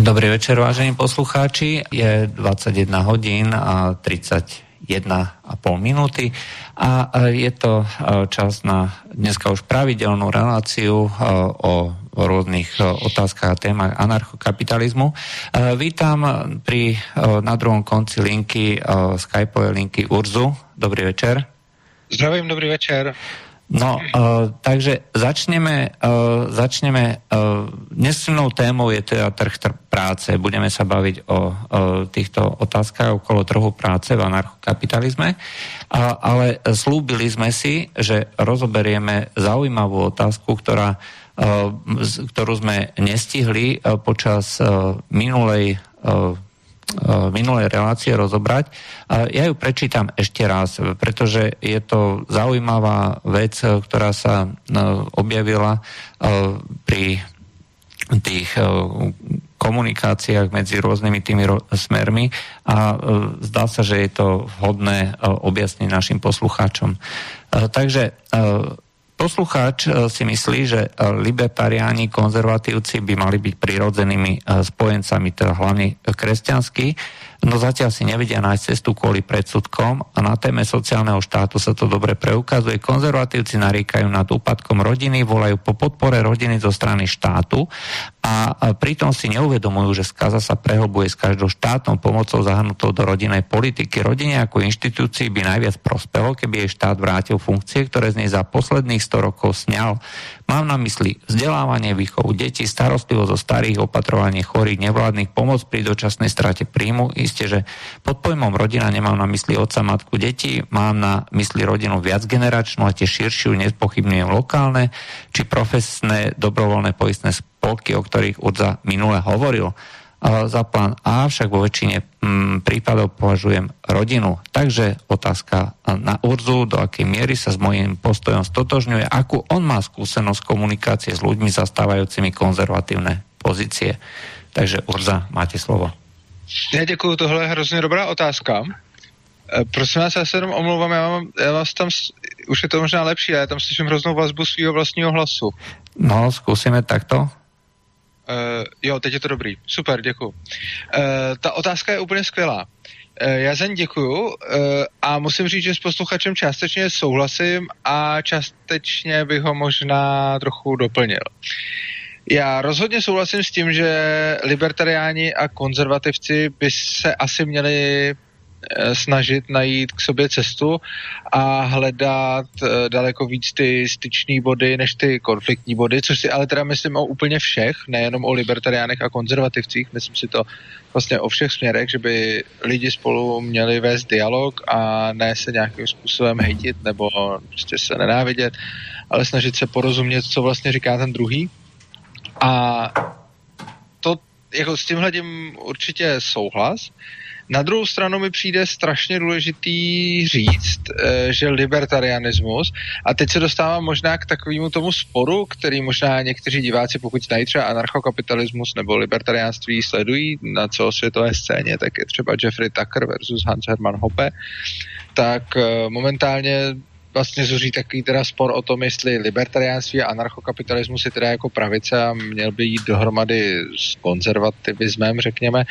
Dobrý večer, vážení poslucháči. Je 21 hodín a 31,5 minúty a je to čas na dneska už pravidelnú reláciu o rôznych otázkach a témach anarchokapitalizmu. Vítam na druhom konci linky, Skypeovej linky Urzu. Dobrý večer. Zdravím, dobrý večer. No, takže začneme dnesnou témou je teda trh práce. Budeme sa baviť o týchto otázkach okolo trhu práce v anarchokapitalizme, ale slúbili sme si, že rozoberieme zaujímavú otázku, ktorú sme nestihli počas minulej relácie rozobrať. Ja ju prečítam ešte raz, pretože je to zaujímavá vec, ktorá sa objavila pri tých komunikáciách medzi rôznymi tými smermi a zdá sa, že je to vhodné objasniť našim poslucháčom. Takže poslucháč si myslí, že libertariáni, konzervatívci by mali byť prirodzenými spojencami, teda hlavne kresťanskí, no zatiaľ si nevedia nájsť cestu kvôli predsudkom a na téme sociálneho štátu sa to dobre preukazuje. Konzervatívci naríkajú nad úpadkom rodiny, volajú po podpore rodiny zo strany štátu a pritom si neuvedomujú, že skaza sa prehlbuje s každou štátnou pomocou zahrnutou do rodinnej politiky. Rodine ako inštitúcii by najviac prospelo, keby jej štát vrátil funkcie, ktoré z nej za posledných 100 rokov sňal. Mám na mysli vzdelávanie, výchovu detí, starostlivosť o starých, opatrovanie chorých, nevládnych, pomoc pri dočasnej strate príjmu. Isté, že pod pojmom rodina nemám na mysli otca, matku, detí, mám na mysli rodinu viacgeneračnú a tiež širšiu, nespochybňujem lokálne či profesné dobrovoľné poistné spolky, o ktorých Urza minule hovoril. Za plán A však vo väčšine prípadov považujem rodinu. Takže otázka na Urzu, do akej miery sa s mojím postojom stotožňuje, akú on má skúsenosť komunikácie s ľuďmi zastávajúcimi konzervatívne pozície. Takže Urza, máte slovo. Já děkuju, tohle je hrozně dobrá otázka. Prosím vás, já se jenom omlouvám, já vás tam, už je to možná lepší, já tam slyším hroznou vazbu svýho vlastního hlasu. No, zkusíme takto. Jo, teď je to dobrý. Super, děkuju. Ta otázka je úplně skvělá. Já za ní děkuju a musím říct, že s posluchačem částečně souhlasím a částečně bych ho možná trochu doplnil. Já rozhodně souhlasím s tím, že libertariáni a konzervativci by se asi měli snažit najít k sobě cestu a hledat daleko víc ty styčný body než ty konfliktní body, což si ale teda myslím o úplně všech, nejenom o libertariánech a konzervativcích, myslím si to vlastně o všech směrech, že by lidi spolu měli vést dialog a ne se nějakým způsobem hejtit nebo prostě se nenávidět, ale snažit se porozumět, co vlastně říká ten druhý. A to jako s tímhledím určitě souhlas. Na druhou stranu mi přijde strašně důležitý říct, že libertarianismus, a teď se dostávám možná k takovému tomu sporu, který možná někteří diváci, pokud znají třeba anarchokapitalismus nebo libertariánství, sledují na celosvětové scéně, tak je třeba Jeffrey Tucker versus Hans Hermann Hoppe, tak momentálně vlastně zuří takový teda spor o tom, jestli libertariánství a anarchokapitalismus je teda jako pravice a měl by jít dohromady s konzervativismem, řekněme,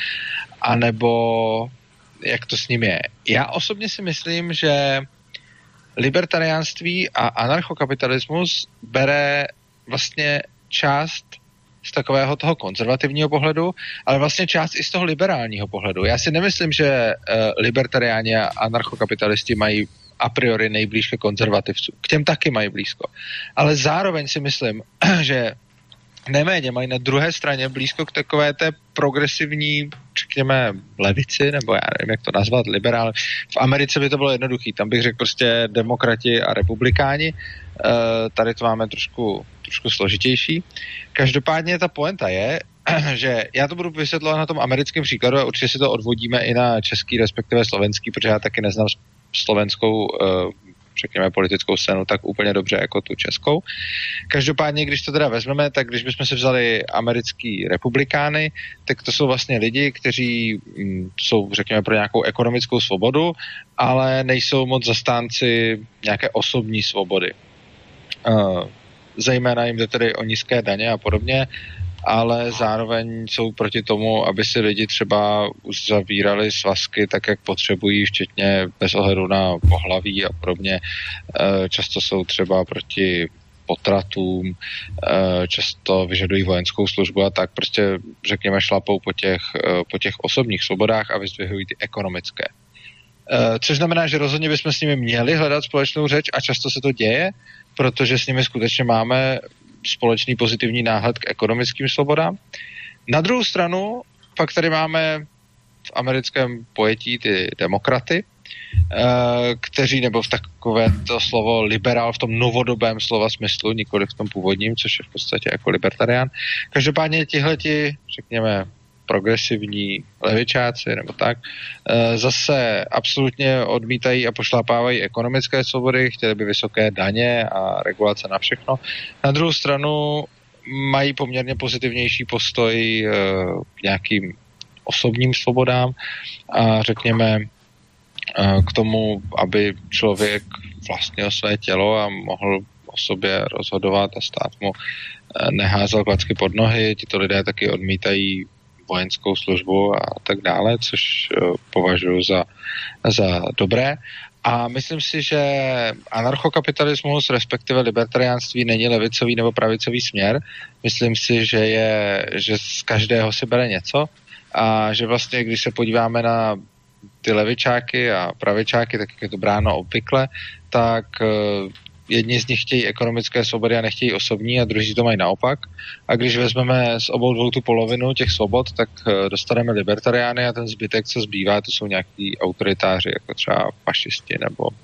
anebo jak to s ním je. Já osobně si myslím, že libertariánství a anarchokapitalismus bere vlastně část z takového toho konzervativního pohledu, ale vlastně část i z toho liberálního pohledu. Já si nemyslím, že libertariáni a anarchokapitalisti mají a priori nejblíž ke konzervativcům. K těm taky mají blízko. Ale zároveň si myslím, že neméně mají na druhé straně blízko k takové té progresivní, řekněme, levici, nebo já nevím, jak to nazvat, liberál. V Americe by to bylo jednoduchý. Tam bych řekl prostě demokrati a republikáni. Tady to máme trošku složitější. Každopádně ta pointa je, že já to budu vysvětlovat na tom americkém příkladu a určitě si to odvodíme i na český, respektive slovenský, protože já taky neznám slovenskou, řekněme, politickou scénu tak úplně dobře jako tu českou. Každopádně, když to teda vezmeme, tak když bychom si vzali americký republikány, tak to jsou vlastně lidi, kteří jsou, řekněme, pro nějakou ekonomickou svobodu, ale nejsou moc zastánci nějaké osobní svobody. Zejména jim jde tedy o nízké daně a podobně. ale zároveň jsou proti tomu, aby si lidi třeba uzavírali svazky tak, jak potřebují, včetně bez ohledu na pohlaví a podobně. Často jsou třeba proti potratům, často vyžadují vojenskou službu a tak prostě, řekněme, šlapou po těch osobních svobodách a vyzdvihují ty ekonomické. Což znamená, že rozhodně bychom s nimi měli hledat společnou řeč a často se to děje, protože s nimi skutečně máme společný pozitivní náhled k ekonomickým svobodám. Na druhou stranu pak tady máme v americkém pojetí ty demokraty, kteří, nebo v takové to slovo liberál v tom novodobém slova smyslu, nikoli v tom původním, což je v podstatě jako libertarián. Každopádně tihleti, řekněme, progresivní levičáci nebo tak, zase absolutně odmítají a pošlapávají ekonomické svobody, chtěli by vysoké daně a regulace na všechno. Na druhou stranu mají poměrně pozitivnější postoj k nějakým osobním svobodám a řekněme k tomu, aby člověk vlastnil své tělo a mohl o sobě rozhodovat a stát mu neházel klacky pod nohy. Tito lidé taky odmítají vojenskou službu a tak dále, což považuji za dobré. A myslím si, že anarchokapitalismus, respektive libertariánství, není levicový nebo pravicový směr. Myslím si, že z každého si bere něco a že vlastně, když se podíváme na ty levičáky a pravičáky, tak jak je to bráno obvykle, tak jedni z nich chtějí ekonomické svobody a nechtějí osobní a druhý to mají naopak. A když vezmeme z obou dvou tu polovinu těch svobod, tak dostaneme libertariány a ten zbytek, co zbývá, to jsou nějaký autoritáři, jako třeba fašisti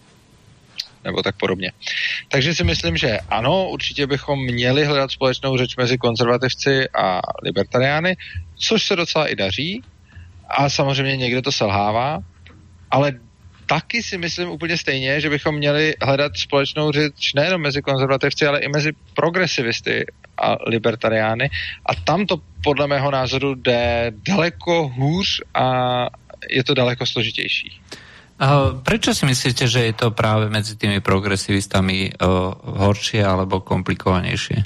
nebo tak podobně. Takže si myslím, že ano, určitě bychom měli hledat společnou řeč mezi konzervativci a libertariány, což se docela i daří a samozřejmě někde to selhává, ale taky si myslím úplně stejně, že bychom měli hledat společnou řeč nejenom mezi konzervativci, ale i mezi progresivisty a libertariány. A tam to podle mého názoru jde daleko hůř a je to daleko složitější. Prečo si myslíte, že je to práve medzi tými progresivistami horšie alebo komplikovanejšie?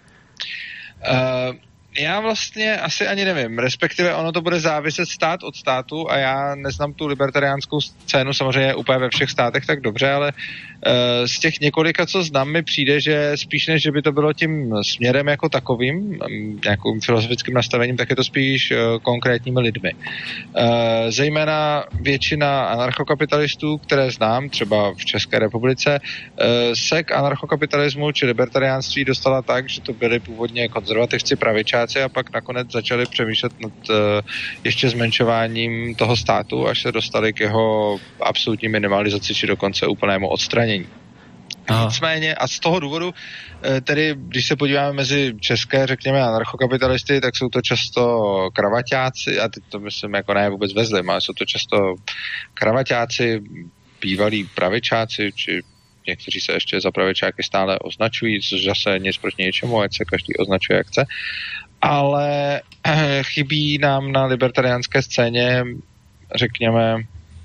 Já vlastně asi ani nevím, respektive ono to bude záviset stát od státu a já neznám tu libertariánskou scénu samozřejmě úplně ve všech státech tak dobře, ale z těch několika, co znám, mi přijde, že spíš než, že by to bylo tím směrem jako takovým, nějakým filozofickým nastavením, tak je to spíš konkrétními lidmi. Zejména většina anarchokapitalistů, které znám, třeba v České republice, se k anarchokapitalismu či libertariánství dostala tak, že to byli původně konzervativci, pravičáci a pak nakonec začali přemýšlet nad ještě zmenšováním toho státu, až se dostali k jeho absolutní minimalizaci či dokonce úplnému odstranění. Nicméně a z toho důvodu, tedy když se podíváme mezi české, řekněme, anarchokapitalisty, tak jsou to často kravaťáci, a teď to myslím jako ne vůbec ve zlém, ale jsou to často kravaťáci, bývalí pravičáci, či někteří se ještě za pravičáky stále označují, což zase nic proti něčemu, ať se každý označuje jak chce. Ale chybí nám na libertariánské scéně, řekněme,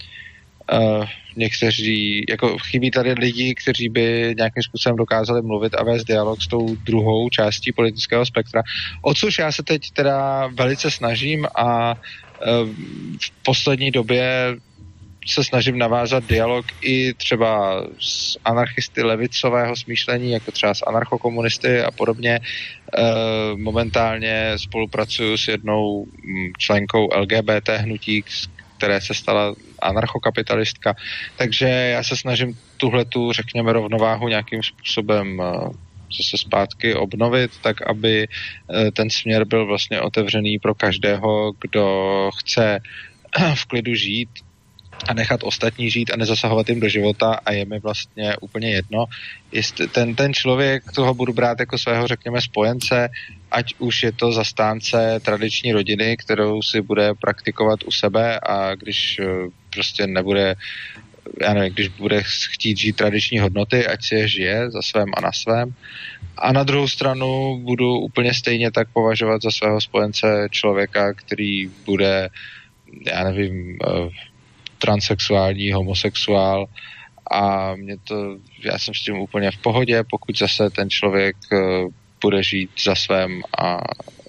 někteří, jako chybí tady lidi, kteří by nějakým způsobem dokázali mluvit a vést dialog s tou druhou částí politického spektra. O což já se teď teda velice snažím a v poslední době se snažím navázat dialog i třeba s anarchisty levicového smýšlení, jako třeba s anarchokomunisty a podobně. Momentálně spolupracuju s jednou členkou LGBT hnutí, které se stala anarchokapitalistka. Takže já se snažím tuhletu, řekněme, rovnováhu nějakým způsobem zase zpátky obnovit, tak aby ten směr byl vlastně otevřený pro každého, kdo chce v klidu žít a nechat ostatní žít a nezasahovat jim do života a je mi vlastně úplně jedno, jestli ten člověk, toho budu brát jako svého, řekněme, spojence, ať už je to zastánce tradiční rodiny, kterou si bude praktikovat u sebe a když prostě nebude, já nevím, když bude chtít žít tradiční hodnoty, ať si je žije za svém a na svém. A na druhou stranu budu úplně stejně tak považovat za svého spojence člověka, který bude, já nevím, transsexuální, homosexuál a já jsem s tím úplně v pohodě, pokud zase ten člověk bude žít za svém a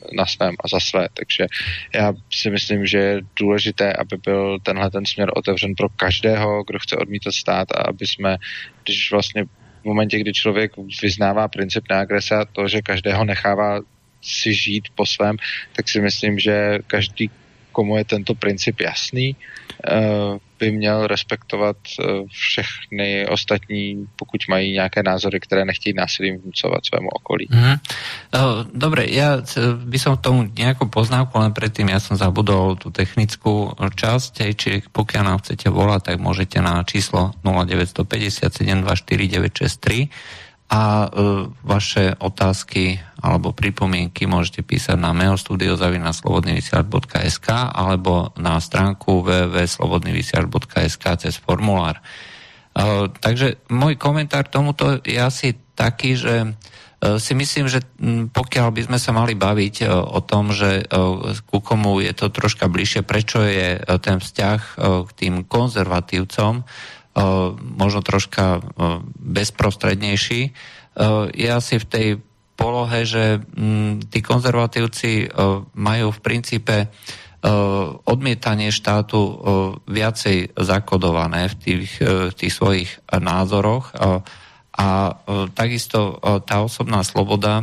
na svém a za své. Takže já si myslím, že je důležité, aby byl tenhle ten směr otevřen pro každého, kdo chce odmítat stát, a aby jsme, když vlastně v momentě, kdy člověk vyznává princip neagrese a to, že každého nechává si žít po svém, tak si myslím, že každý, komu je tento princip jasný, by měl respektovat všechny ostatní, pokud mají nějaké názory, které nechtějí násilím vnucovať svému okolí. Dobre, ja by som k tomu nejakú poznámku, len predtým ja som zabudol tú technickú časť, či pokiaľ nám chcete volať, tak môžete na číslo 0950 724 963 a vaše otázky alebo pripomienky môžete písať na mailstudio@slobodnyvysielac.sk alebo na stránku www.slobodnyvysielac.sk cez formulár. Takže môj komentár k tomuto je asi taký, že si myslím, že pokiaľ by sme sa mali baviť o tom, že ku komu je to troška bližšie, prečo je ten vzťah k tým konzervatívcom možno troška bezprostrednejší, je asi v tej polohe, že tí konzervatívci majú v princípe odmietanie štátu viacej zakodované v tých svojich názoroch a takisto tá osobná sloboda,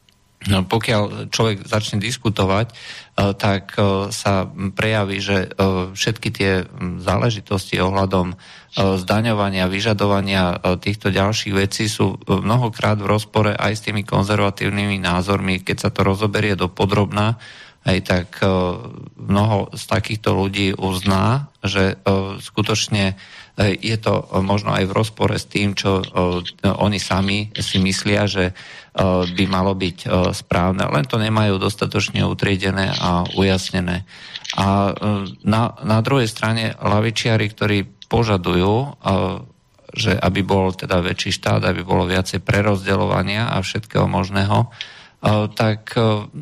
pokiaľ človek začne diskutovať, tak sa prejaví, že všetky tie záležitosti ohľadom zdaňovania, vyžadovania týchto ďalších vecí sú mnohokrát v rozpore aj s tými konzervatívnymi názormi. Keď sa to rozoberie do podrobna, aj tak mnoho z takýchto ľudí uzná, že skutočne je to možno aj v rozpore s tým, čo oni sami si myslia, že by malo byť správne, len to nemajú dostatočne utriedené a ujasnené. A na druhej strane lavičiari, ktorí požadujú, že aby bol teda väčší štát, aby bolo viacej prerozdeľovania a všetkého možného, tak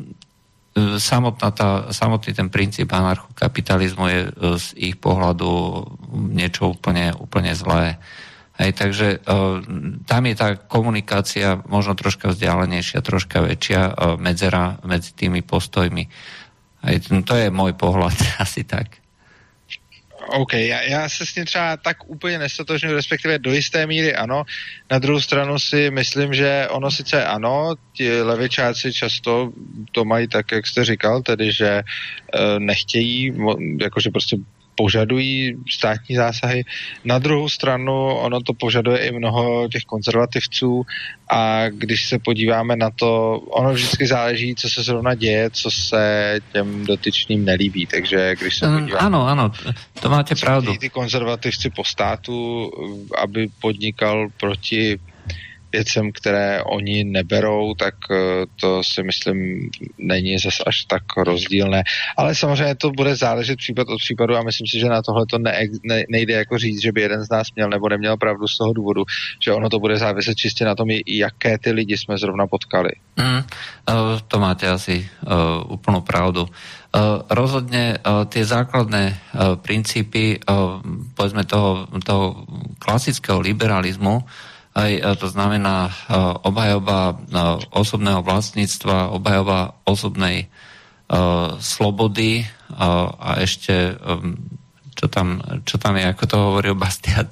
samotný ten princíp anarchokapitalizmu je z ich pohľadu niečo úplne zlé. Hej, takže tam je tá komunikácia možno troška vzdialenejšia, troška väčšia medzera medzi tými postojmi. Hej, to je môj pohľad asi tak. OK, já se s tím třeba tak úplně nestotožňuji, respektive do jisté míry ano. Na druhou stranu si myslím, že ono sice ano, ti levičáci často to mají tak, jak jste říkal, tedy že nechtějí, jakože prostě požadují státní zásahy. Na druhou stranu ono to požaduje i mnoho těch konzervativců a když se podíváme na to, ono vždycky záleží, co se zrovna děje, co se těm dotyčným nelíbí. Takže když se podíváme... Ano, to máte pravdu. Ty konzervativci po státu, aby podnikal proti věcem, které oni neberou, tak to si myslím není zas až tak rozdílné. Ale samozřejmě to bude záležet případ od případu a myslím si, že na tohle to nejde jako říct, že by jeden z nás měl nebo neměl pravdu z toho důvodu, že ono to bude záviset čistě na tom, jaké ty lidi jsme zrovna potkali. To máte asi úplnú pravdu. Rozhodne tie základné princípy povedzme toho klasického liberalizmu, aj to znamená obhajoba osobného vlastníctva, obhajoba osobnej slobody a ešte čo tam je, ako to hovoril Bastiat,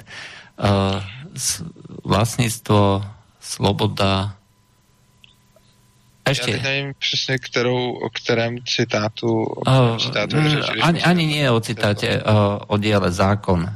vlastníctvo, sloboda. Ešte. Ja neviem presne, o ktorém citátu ani nie o citáte, o diele Zákon.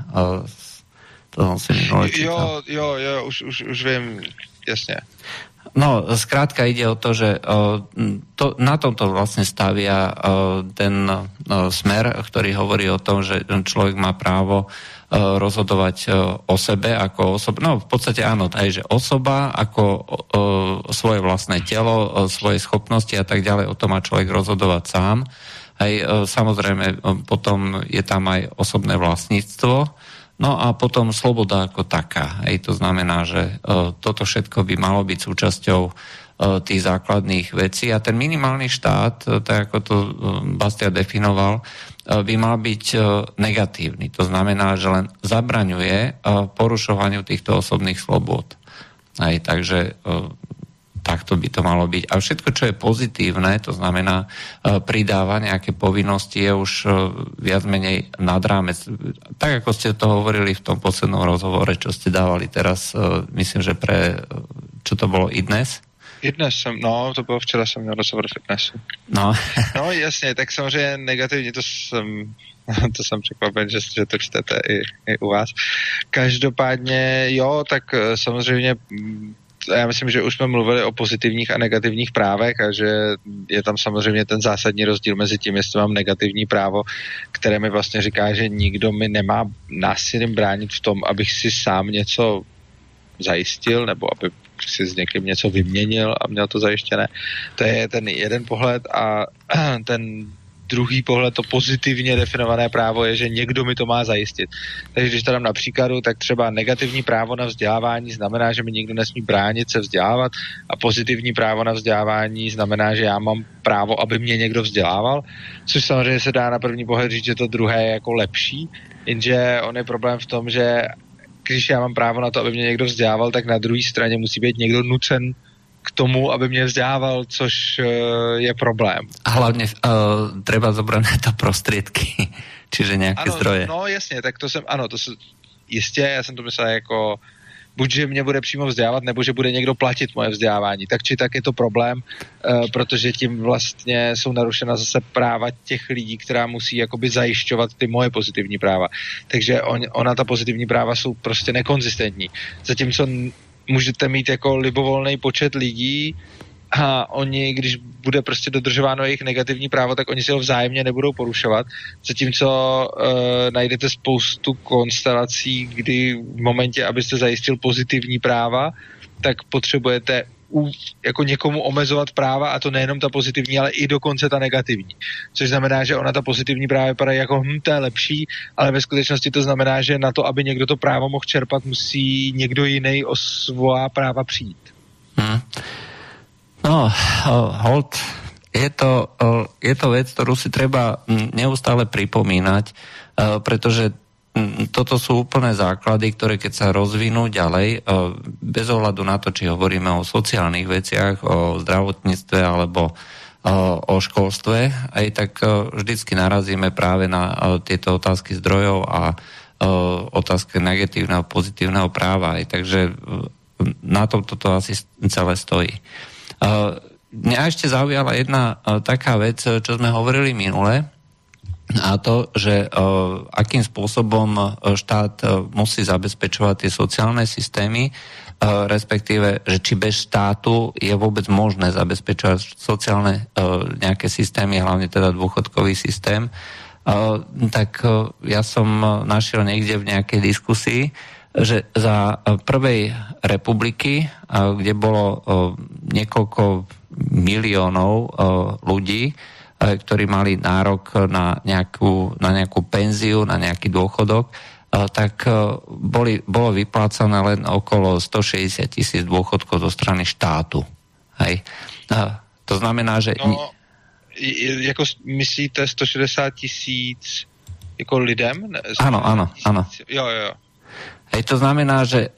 Už viem, jasne. No, skrátka ide o to, že na tomto vlastne stavia ten smer, ktorý hovorí o tom, že človek má právo rozhodovať o sebe ako osoba. No, v podstate áno, aj že osoba ako svoje vlastné telo, svoje schopnosti a tak ďalej, o tom má človek rozhodovať sám. Aj samozrejme, potom je tam aj osobné vlastníctvo. No a potom sloboda ako taká. To znamená, že toto všetko by malo byť súčasťou tých základných vecí a ten minimálny štát, tak ako to Bastiat definoval, by mal byť negatívny. To znamená, že len zabraňuje porušovaniu týchto osobných slobôd. Takže takto by to malo byť. A všetko, čo je pozitívne, to znamená pridáva nejaké povinnosti, je už viac menej nad rámec. Tak, ako ste to hovorili v tom poslednom rozhovore, čo ste dávali teraz, myslím, že čo to bolo, iDnes? iDnes to bylo včera, jsem měl rozhovor v iDnesu. No. No jasně, tak samozřejmě negativně to jsem překvapen, že to čtete i u vás. Každopádně, jo, tak samozřejmě já myslím, že už jsme mluvili o pozitivních a negativních právech a že je tam samozřejmě ten zásadní rozdíl mezi tím, jestli mám negativní právo, které mi vlastně říká, že nikdo mi nemá násilím bránit v tom, abych si sám něco zajistil, nebo aby si s někým něco vyměnil a měl to zajištěné. To je ten jeden pohled a ten druhý pohled, to pozitivně definované právo je, že někdo mi to má zajistit. Takže když to dám na příkladu, tak třeba negativní právo na vzdělávání znamená, že mi nikdo nesmí bránit se vzdělávat a pozitivní právo na vzdělávání znamená, že já mám právo, aby mě někdo vzdělával, což samozřejmě se dá na první pohled říct, že to druhé je jako lepší, jenže on je problém v tom, že když já mám právo na to, aby mě někdo vzdělával, tak na druhé straně musí být někdo nucen k tomu, aby mě vzdělával, což je problém. A hlavně treba zobrať na to prostriedky, čiže nějaké zdroje. No jasně, tak to jsou jistě, já jsem to myslel jako buď, že mě bude přímo vzdělávat, nebo že bude někdo platit moje vzdělávání. Tak či tak je to problém, protože tím vlastně jsou narušena zase práva těch lidí, která musí jakoby zajišťovat ty moje pozitivní práva. Takže ona ta pozitivní práva jsou prostě nekonzistentní. Zatímco můžete mít jako libovolný počet lidí a oni, když bude prostě dodržováno jejich negativní právo, tak oni si ho vzájemně nebudou porušovat. Zatímco najdete spoustu konstelací, kdy v momentě, abyste zajistil pozitivní práva, tak potřebujete jako někomu omezovat práva, a to nejenom ta pozitivní, ale i dokonce ta negativní. Což znamená, že ona ta pozitivní práva vypadá jako to je lepší, ale ve skutečnosti to znamená, že na to, aby někdo to právo mohl čerpat, musí někdo jiný o svá práva přijít. No, hold, je to vec, ktorú si treba neustále pripomínať, pretože toto sú úplné základy, ktoré keď sa rozvinú ďalej, bez ohľadu na to, či hovoríme o sociálnych veciach, o zdravotníctve alebo o školstve, aj tak vždycky narazíme práve na tieto otázky zdrojov a otázky negatívneho, pozitívneho práva. Aj takže na tom toto asi celé stojí. Mňa ešte zaujala jedna taká vec, čo sme hovorili minule, a to, že akým spôsobom štát musí zabezpečovať tie sociálne systémy, respektíve, že či bez štátu je vôbec možné zabezpečovať sociálne nejaké systémy, hlavne teda dôchodkový systém, tak ja som našiel niekde v nejakej diskusii, že za prvej republiky, kde bolo niekoľko miliónov ľudí, ktorí mali nárok na nejakú penziu, na nejaký dôchodok, tak bolo vyplácané len okolo 160 000 dôchodkov zo strany štátu. Hej. To znamená, že... No, jako myslíte 160 000 jako lidem? Áno. Jo. Hej, to znamená, že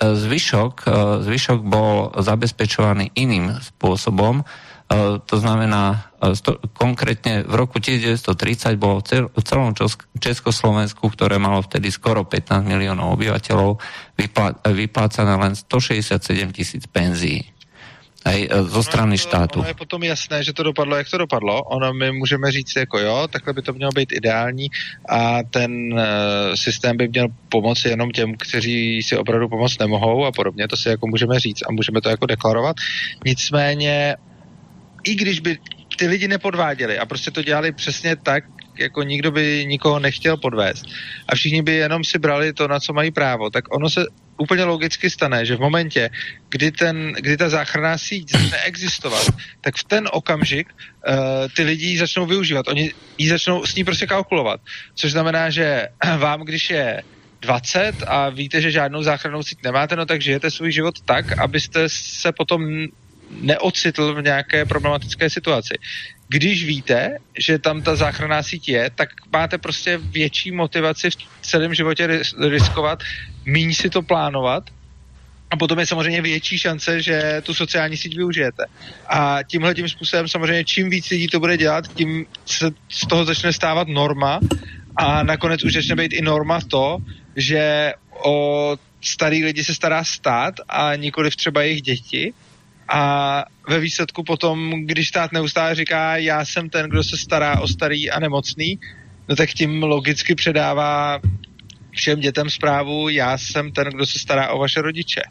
zvyšok bol zabezpečovaný iným spôsobom. To znamená, konkrétne v roku 1930 bolo v celom Československu, ktoré malo vtedy skoro 15 miliónov obyvateľov, vyplácané len 167 000 penzií. Aj zo strany štátu. Ono je potom jasné, že to dopadlo, jak to dopadlo. Ono my můžeme říct jako jo, takhle by to mělo být ideální a ten systém by měl pomoci jenom těm, kteří si opravdu pomoct nemohou a podobně. To si jako můžeme říct a můžeme to jako deklarovat. Nicméně, i když by ty lidi nepodváděli a prostě to dělali přesně tak, jako nikdo by nikoho nechtěl podvést a všichni by jenom si brali to, na co mají právo, tak ono se úplně logicky stane, že v momentě, kdy ta záchranná síť začne existovat, tak v ten okamžik ty lidi ji začnou využívat. Oni ji začnou s ní prostě kalkulovat. Což znamená, že vám, když je 20 a víte, že žádnou záchrannou síť nemáte, no tak žijete svůj život tak, abyste se potom neocitl v nějaké problematické situaci. Když víte, že tam ta záchranná síť je, tak máte prostě větší motivaci v celém životě riskovat, míň si to plánovat A potom je samozřejmě větší šance, že tu sociální síť využijete. A tímhletím způsobem samozřejmě čím víc lidí to bude dělat, tím se z toho začne stávat norma a nakonec už začne být i norma to, že o starý lidi se stará stát a nikoliv třeba jejich děti. A ve výsledku potom, když stát neustále říká, já jsem ten, kdo se stará o starý a nemocný, no tak tím logicky předává všem dětem zprávu, já jsem ten, kdo se stará o vaše rodiče.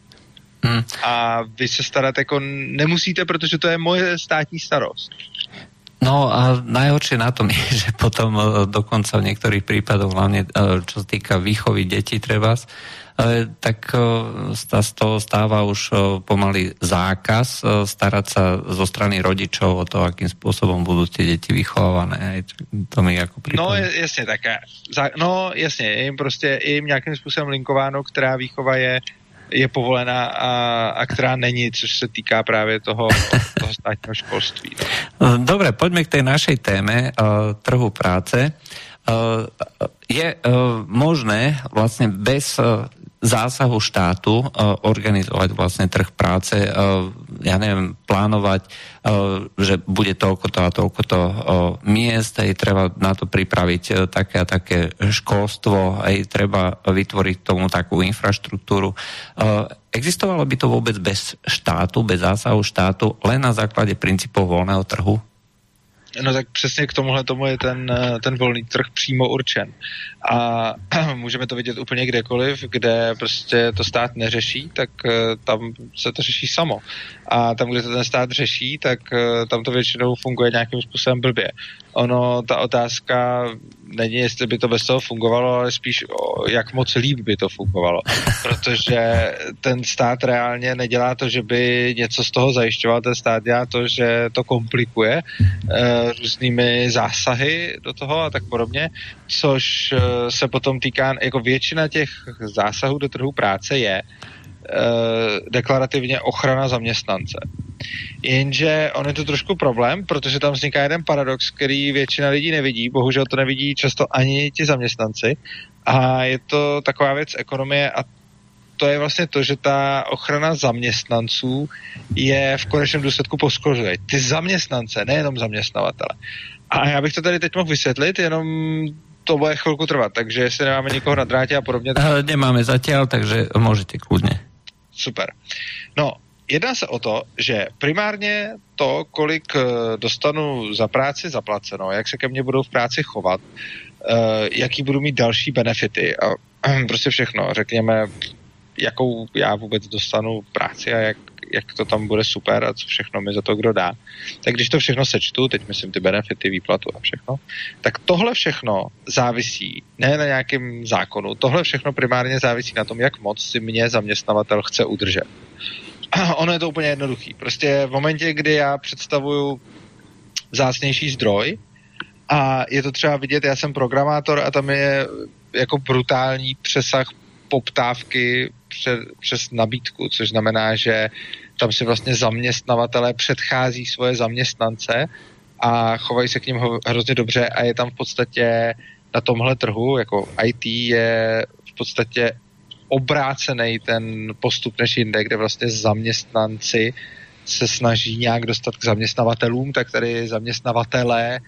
A vy se starat jako nemusíte, protože to je moje státní starost. No a najhoršie na tom je, že potom dokonca v niektorých prípadoch, hlavne čo sa týka výchovy detí trebárs, tak sa z toho stáva už pomaly zákaz starať sa zo strany rodičov o to, akým spôsobom budú tie deti vychovávané. To mi ako prípad. No jasně, tak. No jasně, je jim nějakým způsobem linkováno, která výchova je povolená a která není, což se týká právě toho státního školství. No. Dobre, poďme k tej našej téme trhu práce. Je možné vlastne bez zásahu štátu organizovať vlastne trh práce, ja neviem, plánovať, že bude toľko a toľko miest, aj treba na to pripraviť také a také školstvo, aj treba vytvoriť tomu takú infraštruktúru. Existovalo by to vôbec bez štátu, bez zásahu štátu, len na základe princípov voľného trhu? No tak přesně k tomuhle tomu je ten volný trh přímo určen. A můžeme to vidět úplně kdekoliv, kde prostě to stát neřeší, tak tam se to řeší samo. A tam, kde to ten stát řeší, tak tam to většinou funguje nějakým způsobem blbě. Ta otázka není, jestli by to bez toho fungovalo, ale spíš jak moc líp by to fungovalo. Protože ten stát reálně nedělá to, že by něco z toho zajišťoval, ten stát dělá to, že to komplikuje různými zásahy do toho a tak podobně, což se potom týká, jako většina těch zásahů do trhu práce je deklarativně ochrana zaměstnance. Jenže on je to trošku problém, protože tam vzniká jeden paradox, který většina lidí nevidí, bohužel to nevidí často ani ti zaměstnanci a je to taková věc ekonomie a to je vlastně to, že ta ochrana zaměstnanců je v konečném důsledku poškozuje. Ty zaměstnance, nejenom zaměstnavatele. A já bych to tady teď mohl vysvětlit, jenom to bude chvilku trvat, takže jestli nemáme nikoho na drátě a podobně. Nemáme zatiaľ, takže můžete kludně. Super. No, jedná se o to, že primárně to, kolik dostanu za práci zaplaceno, jak se ke mně budou v práci chovat, jaký budu mít další benefity a prostě všechno. Řekněme, jakou já vůbec dostanu práci a jak to tam bude super a co všechno mi za to kdo dá. Tak když to všechno sečtu, teď myslím ty benefity, výplatu a všechno, tak tohle všechno závisí, ne na nějakém zákonu, tohle všechno primárně závisí na tom, jak moc si mě zaměstnavatel chce udržet. Ono je to úplně jednoduchý. Prostě v momentě, kdy já představuju vzácnější zdroj a je to třeba vidět, já jsem programátor a tam je jako brutální přesah poptávky přes nabídku, což znamená, že tam si vlastně zaměstnavatelé předchází svoje zaměstnance a chovají se k nim hrozně dobře a je tam v podstatě na tomhle trhu, jako IT je v podstatě obrácený ten postup než jinde, kde vlastně zaměstnanci se snaží nějak dostat k zaměstnavatelům, tak tady zaměstnavatelé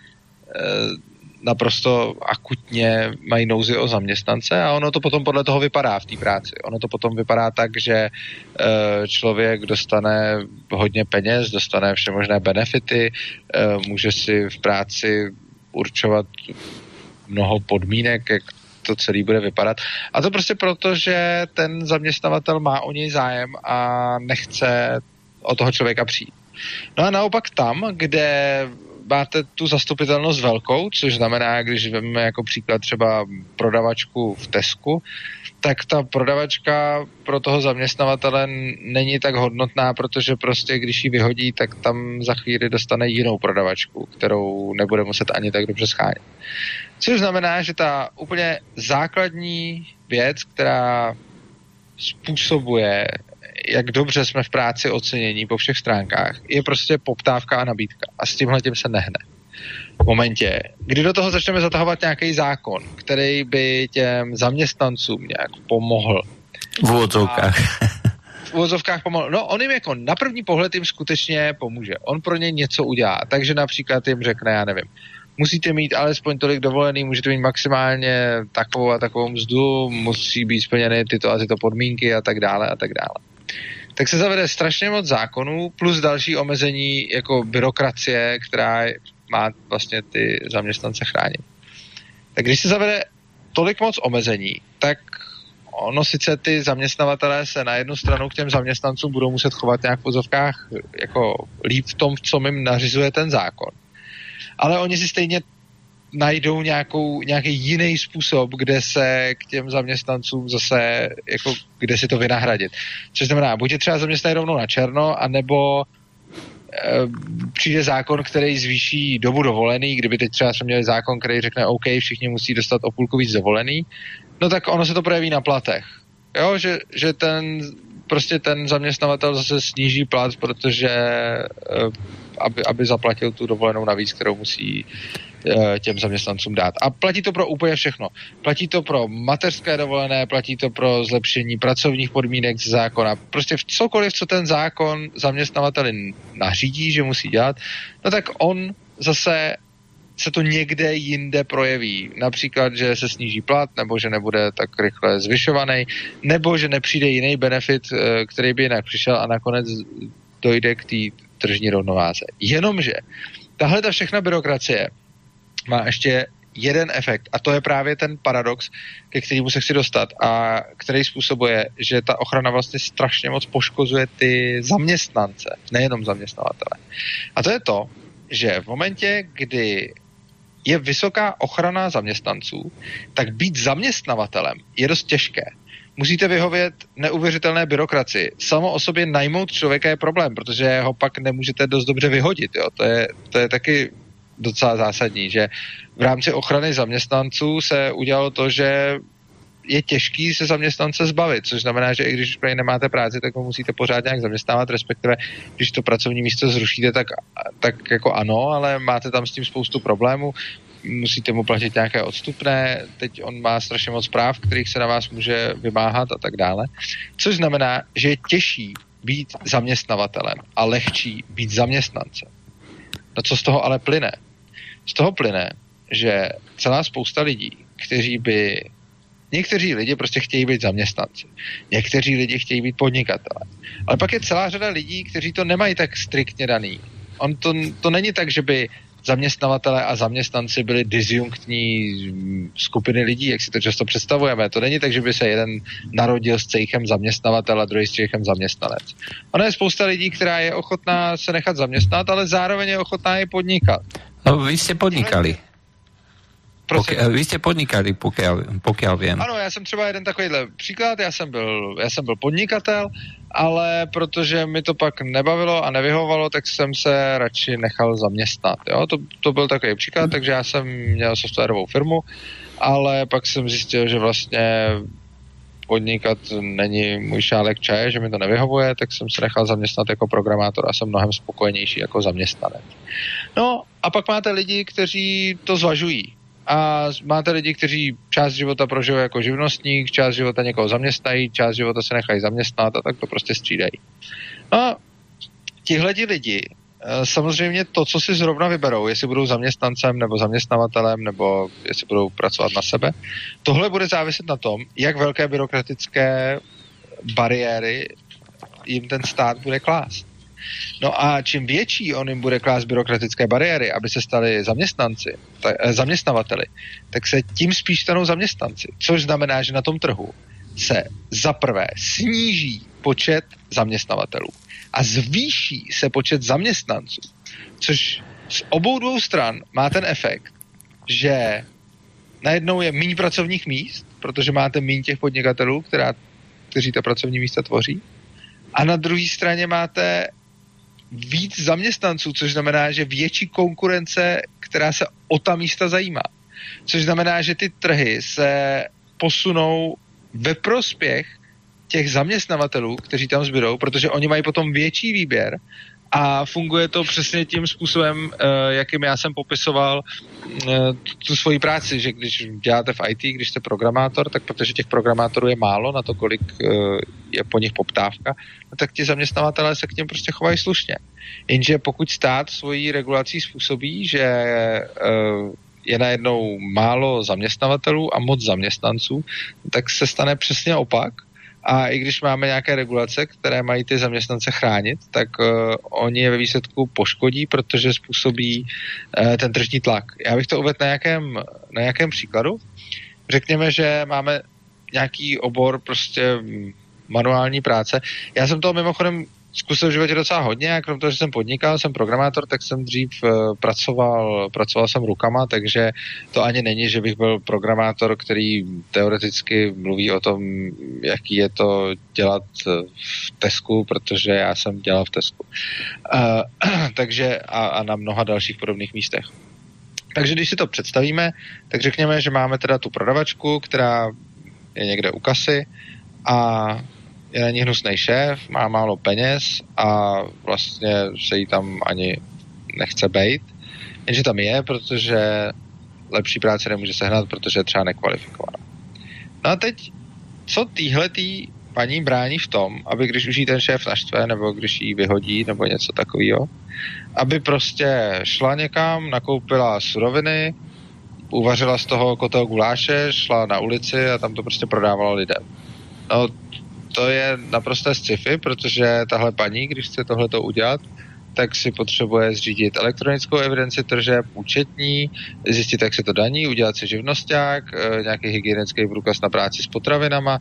naprosto akutně mají nouzi o zaměstnance a ono to potom podle toho vypadá v té práci. Ono to potom vypadá tak, že člověk dostane hodně peněz, dostane všemožné benefity, může si v práci určovat mnoho podmínek, jak to celý bude vypadat. A to prostě proto, že ten zaměstnavatel má o něj zájem a nechce o toho člověka přijít. No a naopak tam, kde máte tu zastupitelnost velkou, což znamená, když vezmeme jako příklad třeba prodavačku v Tesku, tak ta prodavačka pro toho zaměstnavatele není tak hodnotná, protože prostě když ji vyhodí, tak tam za chvíli dostane jinou prodavačku, kterou nebude muset ani tak dobře schánět. Což znamená, že ta úplně základní věc, která způsobuje, jak dobře jsme v práci ocenění po všech stránkách, je prostě poptávka a nabídka. A s tímhletím se nehne. V momentě, kdy do toho začneme zatahovat nějaký zákon, který by těm zaměstnancům nějak pomohl. V úvodzovkách. v uvozovkách pomohl. No, on jim jako na první pohled jim skutečně pomůže. On pro ně něco udělá. Takže například jim řekne, já nevím, musíte mít alespoň tolik dovolený, můžete mít maximálně takovou a takovou mzdu, musí být splněny tyto a tyto podmínky a tak dále a tak dále. Tak se zavede strašně moc zákonů plus další omezení jako byrokracie, která má vlastně ty zaměstnance chránit. Tak když se zavede tolik moc omezení, tak ono sice ty zaměstnavatelé se na jednu stranu k těm zaměstnancům budou muset chovat nějak v vozovkách jako líp v tom, co jim nařizuje ten zákon. Ale oni si stejně najdou nějaký jiný způsob, kde se k těm zaměstnancům zase, jako kde si to vynahradit. Což znamená, buď je třeba zaměstnají rovnou na černo, anebo přijde zákon, který zvýší dobu dovolený, kdyby teď třeba jsme měli zákon, který řekne OK, všichni musí dostat o půlku víc dovolený, no tak ono se to projeví na platech. Jo, že ten zaměstnavatel zase sníží plat, protože aby zaplatil tu dovolenou navíc, kterou musí těm zaměstnancům dát. A platí to pro úplně všechno. Platí to pro mateřské dovolené, platí to pro zlepšení pracovních podmínek z zákona. Prostě cokoliv, co ten zákon zaměstnavateli nařídí, že musí dělat, no tak on zase se to někde jinde projeví. Například, že se sníží plat, nebo že nebude tak rychle zvyšovaný, nebo že nepřijde jiný benefit, který by jinak přišel a nakonec dojde k té tržní rovnováze. Jenomže tahle ta všechna byrokracie má ještě jeden efekt a to je právě ten paradox, ke kterému se chci dostat a který způsobuje, že ta ochrana vlastně strašně moc poškozuje ty zaměstnance, nejenom zaměstnavatele. A to je to, že v momentě, kdy je vysoká ochrana zaměstnanců, tak být zaměstnavatelem je dost těžké. Musíte vyhovět neuvěřitelné byrokracii. Samo o sobě najmout člověka je problém, protože ho pak nemůžete dost dobře vyhodit. Jo? To je taky docela zásadní, že v rámci ochrany zaměstnanců se udělalo to, že je těžký se zaměstnance zbavit, což znamená, že i když už nemáte práci, tak ho musíte pořád nějak zaměstnávat, respektive když to pracovní místo zrušíte, tak jako ano, ale máte tam s tím spoustu problémů, musíte mu platit nějaké odstupné, teď on má strašně moc práv, kterých se na vás může vymáhat a tak dále, což znamená, že je těžší být zaměstnavatelem a lehčí být zaměstnancem. No co z toho ale plyne? Z toho plyne, že celá spousta lidí, někteří lidi prostě chtějí být zaměstnanci. Někteří lidi chtějí být podnikatelé. Ale pak je celá řada lidí, kteří to nemají tak striktně daný. To není tak, že by zaměstnavatelé a zaměstnanci byli disjunktní skupiny lidí, jak si to často představujeme. To není tak, že by se jeden narodil s cejchem zaměstnavatel a druhý s cejchem zaměstnanec. Ono je spousta lidí, která je ochotná se nechat zaměstnat, ale zároveň je ochotná i podnikat. No, vy ste podnikali. Vy ste podnikali, pokiaľ viem. Ano, já jsem třeba jeden takovýhle příklad, já jsem byl podnikatel, ale protože mi to pak nebavilo a nevyhovovalo, tak jsem se radši nechal zaměstnat. Jo? To byl takový příklad, takže já jsem měl softwarovou firmu, ale pak jsem zjistil, že vlastně podnikat není můj šálek čaje, že mi to nevyhovuje, tak jsem se nechal zaměstnat jako programátor a jsem mnohem spokojenější jako zaměstnanec. No a pak máte lidi, kteří to zvažují. A máte lidi, kteří část života prožijou jako živnostník, část života někoho zaměstnají, část života se nechají zaměstnat a tak to prostě střídají. No a tihledi lidi, samozřejmě to, co si zrovna vyberou, jestli budou zaměstnancem nebo zaměstnavatelem, nebo jestli budou pracovat na sebe, tohle bude záviset na tom, jak velké byrokratické bariéry jim ten stát bude klást. No a čím větší on jim bude klást byrokratické bariéry, aby se stali zaměstnavateli, tak se tím spíš stanou zaměstnanci. Což znamená, že na tom trhu se zaprvé sníží počet zaměstnavatelů a zvýší se počet zaměstnanců. Což z obou dvou stran má ten efekt, že najednou je méně pracovních míst, protože máte méně těch podnikatelů, kteří ta pracovní místa tvoří. A na druhé straně máte víc zaměstnanců, což znamená, že větší konkurence, která se o ta místa zajímá. Což znamená, že ty trhy se posunou ve prospěch těch zaměstnavatelů, kteří tam zbydou, protože oni mají potom větší výběr a funguje to přesně tím způsobem, jakým já jsem popisoval tu svoji práci, že když děláte v IT, když jste programátor, tak protože těch programátorů je málo na to, kolik je po nich poptávka, no tak ti zaměstnavatelé se k těm prostě chovají slušně. Jenže pokud stát svojí regulací způsobí, že je najednou málo zaměstnavatelů a moc zaměstnanců, tak se stane přesně opak. A i když máme nějaké regulace, které mají ty zaměstnance chránit, tak oni je ve výsledku poškodí, protože způsobí ten tržní tlak. Já bych to uvedl na nějakém příkladu. Řekněme, že máme nějaký obor prostě manuální práce. Já jsem toho mimochodem zkusil v životě docela hodně, a krom toho, že jsem podnikal, jsem programátor, tak jsem dřív pracoval jsem rukama, takže to ani není, že bych byl programátor, který teoreticky mluví o tom, jaký je to dělat v Tesku, protože já jsem dělal v Tesku. Takže a na mnoha dalších podobných místech. Takže když si to představíme, tak řekněme, že máme teda tu prodavačku, která je někde u kasy a je na ní hnusnej šéf, má málo peněz a vlastně se jí tam ani nechce bejt. Jenže tam je, protože lepší práce nemůže sehnat, protože je třeba nekvalifikovaná. No a teď, co týhletý paní brání v tom, aby když už jí ten šéf naštve, nebo když jí vyhodí, nebo něco takového, aby prostě šla někam, nakoupila suroviny, uvařila z toho kotel guláše, šla na ulici a tam to prostě prodávala lidem. No, to je naprosté sci-fi, protože tahle paní, když chce tohleto udělat, tak si potřebuje zřídit elektronickou evidenci tržeb, účetní, zjistit, jak se to daní, udělat si živnosťák, nějaký hygienický průkaz na práci s potravinama,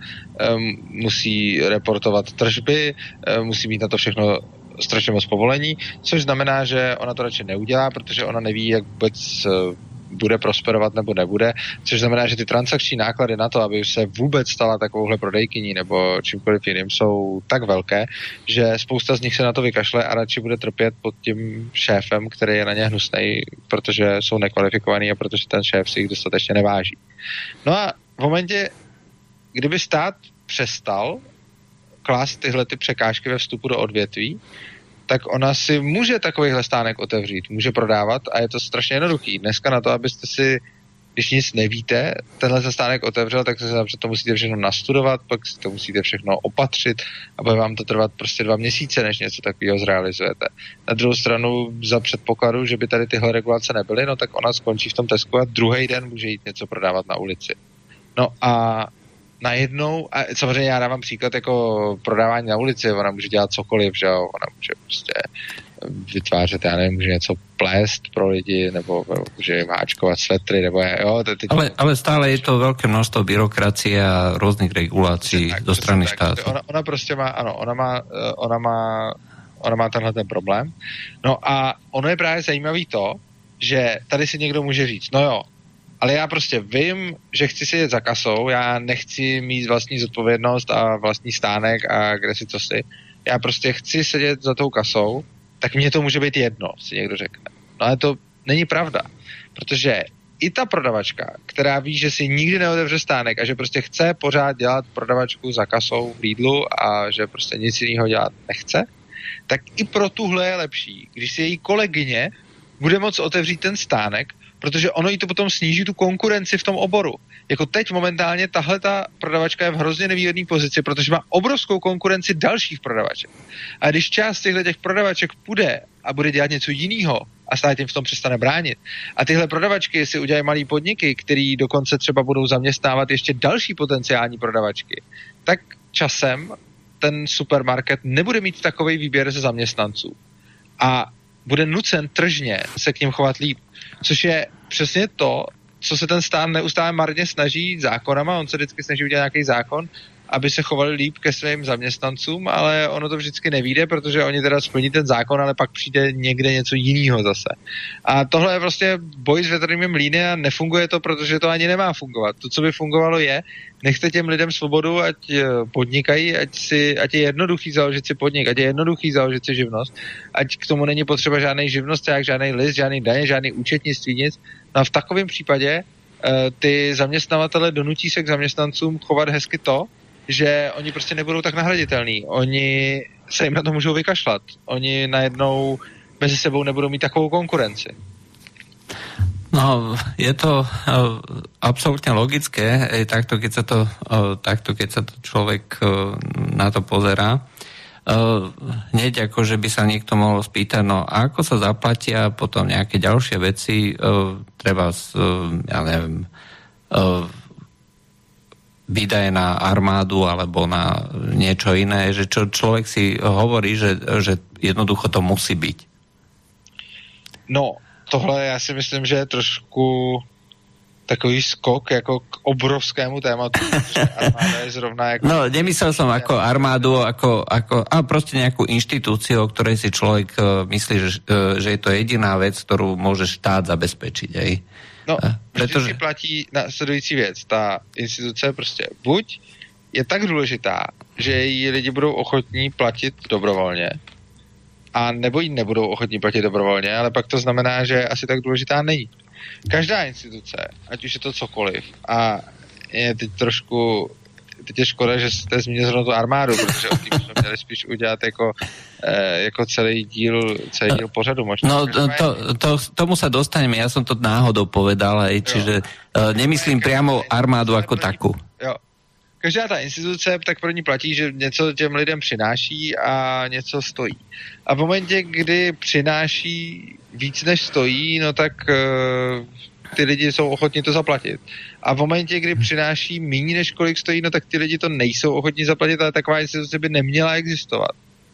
musí reportovat tržby, musí mít na to všechno strašně moc povolení, což znamená, že ona to radši neudělá, protože ona neví, jak vůbec bude prosperovat nebo nebude, což znamená, že ty transakční náklady na to, aby se vůbec stala takovouhle prodejkyní nebo čímkoliv jiným, jsou tak velké, že spousta z nich se na to vykašle a radši bude trpět pod tím šéfem, který je na ně hnusnej, protože jsou nekvalifikovaný a protože ten šéf si jich dostatečně neváží. No a v momentě, kdyby stát přestal klást tyhle ty překážky ve vstupu do odvětví, tak ona si může takovýhle stánek otevřít, může prodávat a je to strašně jednoduchý. Dneska na to, abyste si, když nic nevíte, tenhle stánek otevřel, tak se to musíte všechno nastudovat, pak si to musíte všechno opatřit a bude vám to trvat prostě 2 měsíce, než něco takového zrealizujete. Na druhou stranu za předpokladu, že by tady tyhle regulace nebyly, no tak ona skončí v tom Tesku a druhý den může jít něco prodávat na ulici. No a najednou, a samozřejmě já dávám příklad jako prodávání na ulici, ona může dělat cokoliv, že jo, ona může prostě vytvářet, já nevím, může něco plést pro lidi, nebo může háčkovat svetry, nebo jo. Ale stále je to velké množstvo byrokracie a různých regulací do strany státu. Ona prostě má, ano, ona má tenhle ten problém. No a ono je právě zajímavý to, že tady si někdo může říct, no jo, ale já prostě vím, že chci sedět za kasou, já nechci mít vlastní zodpovědnost a vlastní stánek a kde si co si. Já prostě chci sedět za tou kasou, tak mně to může být jedno, si někdo řekne. No ale to není pravda, protože i ta prodavačka, která ví, že si nikdy neotevře stánek a že prostě chce pořád dělat prodavačku za kasou v Lidlu a že prostě nic jiného dělat nechce, tak i pro tuhle je lepší, když si její kolegyně bude moct otevřít ten stánek, protože ono jí to potom sníží tu konkurenci v tom oboru. Jako teď momentálně tahle ta prodavačka je v hrozně nevýhodné pozici, protože má obrovskou konkurenci dalších prodavaček. A když část těch prodavaček půjde a bude dělat něco jiného a stát jim v tom přestane bránit, a tyhle prodavačky si udělají malý podniky, který dokonce třeba budou zaměstnávat ještě další potenciální prodavačky, tak časem ten supermarket nebude mít takovej výběr ze zaměstnanců. A bude nucen tržně se k ním chovat líp. Což je přesně to, co se ten stát neustále marně snaží zákonama, on se vždycky snaží udělat nějaký zákon, aby se chovali líp ke svým zaměstnancům, ale ono to vždycky nevyjde, protože oni teda splní ten zákon, ale pak přijde někde něco jiného zase. A tohle je prostě boj s větrnými mlýny a nefunguje to, protože to ani nemá fungovat. To, co by fungovalo je, nechte těm lidem svobodu, ať podnikají, ať je jednoduchý založit si podnik, ať je jednoduchý založit si živnost, ať k tomu není potřeba žádný živnosták, žádný list, žádný daně, žádný účetnictví, nic. No a v takovém případě ty zaměstnavatele donutí se k zaměstnancům chovat hezky to, že oni prostě nebudou tak nahraditelní. Oni se jim na to můžou vykašlat. Oni najednou mezi sebou nebudou mít takovou konkurenci. No, je to absolútne logické, takto keď sa to človek na to pozerá. Hneď ako, že by sa niekto mohol spýtať, no a ako sa zaplatia potom nejaké ďalšie veci, treba, ja neviem, výdaje na armádu alebo na niečo iné, že čo človek si hovorí, že jednoducho to musí byť. No, tohle já si myslím, že je trošku takový skok jako k obrovskému tématu, že armáda je zrovna jako... No, nemyslel som ako armádu, a proste nejakú inštitúciu, o ktorej si človek myslí, že je to jediná vec, ktorú môže štát zabezpečiť. Aj. No, vždycky platí následující věc. Ta instituce prostě buď je tak důležitá, že ji lidi budou ochotní platit dobrovolně, a nebo ji nebudou ochotní platit dobrovolně, ale pak to znamená, že asi tak důležitá není. Každá instituce, ať už je to cokoliv, a je teď je škoda, že jste zmínil zrovna tu armádu, protože o tím jsme měli spíš udělat jako celý díl pořadu možná. No, tomu sa dostaneme, ja som to náhodou povedal, čiže nemyslím priamo armádu ako takú. Jo. Každá ta instituce tak pro ní platí, že něco těm lidem přináší a něco stojí. A v momentě, kdy přináší víc než stojí, no tak ty lidi jsou ochotní to zaplatit. A v momentě, kdy přináší méně než kolik stojí, no tak ty lidi to nejsou ochotní zaplatit, ale taková instituce by neměla existovat.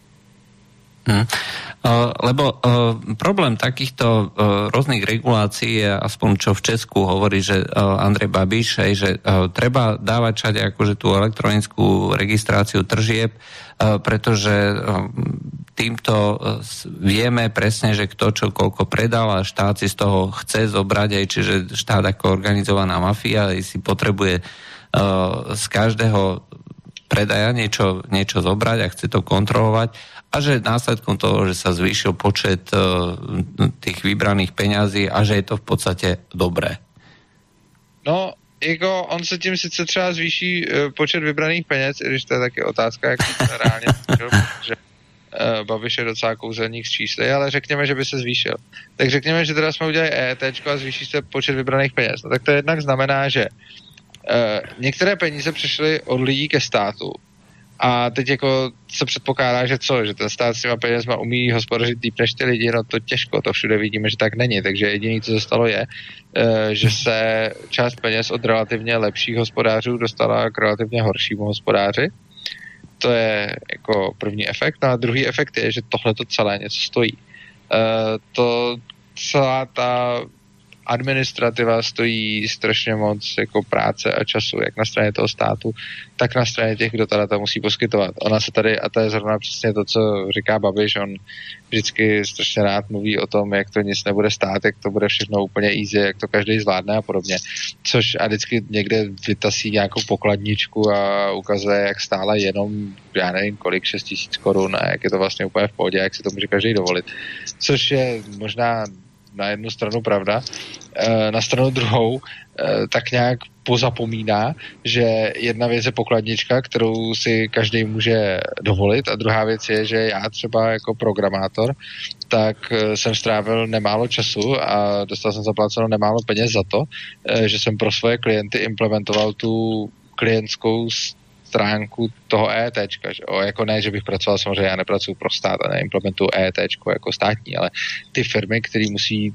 Lebo problém takýchto rôznych regulácií je, aspoň čo v Česku hovorí, že Andrej Babiš, že treba dávať všade akože tú elektronickú registráciu tržieb, pretože týmto vieme presne, že kto čo koľko predal a štát si z toho chce zobrať, aj čiže štát ako organizovaná mafia si potrebuje z každého predaja niečo zobrať a chce to kontrolovať. A že následkom toho, že sa zvýšil počet tých vybraných peňazí a že je to v podstate dobré. No, jako on se tím sice třeba zvýší počet vybraných peněz, když to je taky otázka, jak to reálně že Babiš je docela kouzelník s čísly, ale řekněme, že by se zvýšil. Tak řekněme, že teda jsme udělali EETčko a zvýší se počet vybraných peněz. No tak to jednak znamená, že některé peníze přišly od lidí ke státu. A teď jako se předpokládá, že co? Že ten stát s těma penězma umí hospodařit líp než ty lidi, no to těžko, to všude vidíme, že tak není. Takže jediné, co se stalo je, že se část peněz od relativně lepších hospodářů dostala k relativně horšímu hospodáři. To je jako první efekt. No a druhý efekt je, že tohle to celé něco stojí. To celá ta administrativa stojí strašně moc jako práce a času, jak na straně toho státu, tak na straně těch, kdo teda to musí poskytovat. Ona se tady, a to je zrovna přesně to, co říká Babiš, on vždycky strašně rád mluví o tom, jak to nic nebude stát, jak to bude všechno úplně easy, jak to každý zvládne a podobně. Což a vždycky někde vytasí nějakou pokladničku a ukazuje, jak stála jenom, já nevím kolik, 6 000 korun a jak je to vlastně úplně v pohodě, jak si to může každý dovolit. Což je možná na jednu stranu pravda, na stranu druhou tak nějak pozapomíná, že jedna věc je pokladnička, kterou si každý může dovolit a druhá věc je, že já třeba jako programátor, tak jsem strávil nemálo času a dostal jsem zaplaceno nemálo peněz za to, že jsem pro svoje klienty implementoval tu klientskou stránku toho EETčka, že? Jako ne, že bych pracoval, samozřejmě já nepracuji pro stát a neimplementuju EETčko jako státní, ale ty firmy, které musí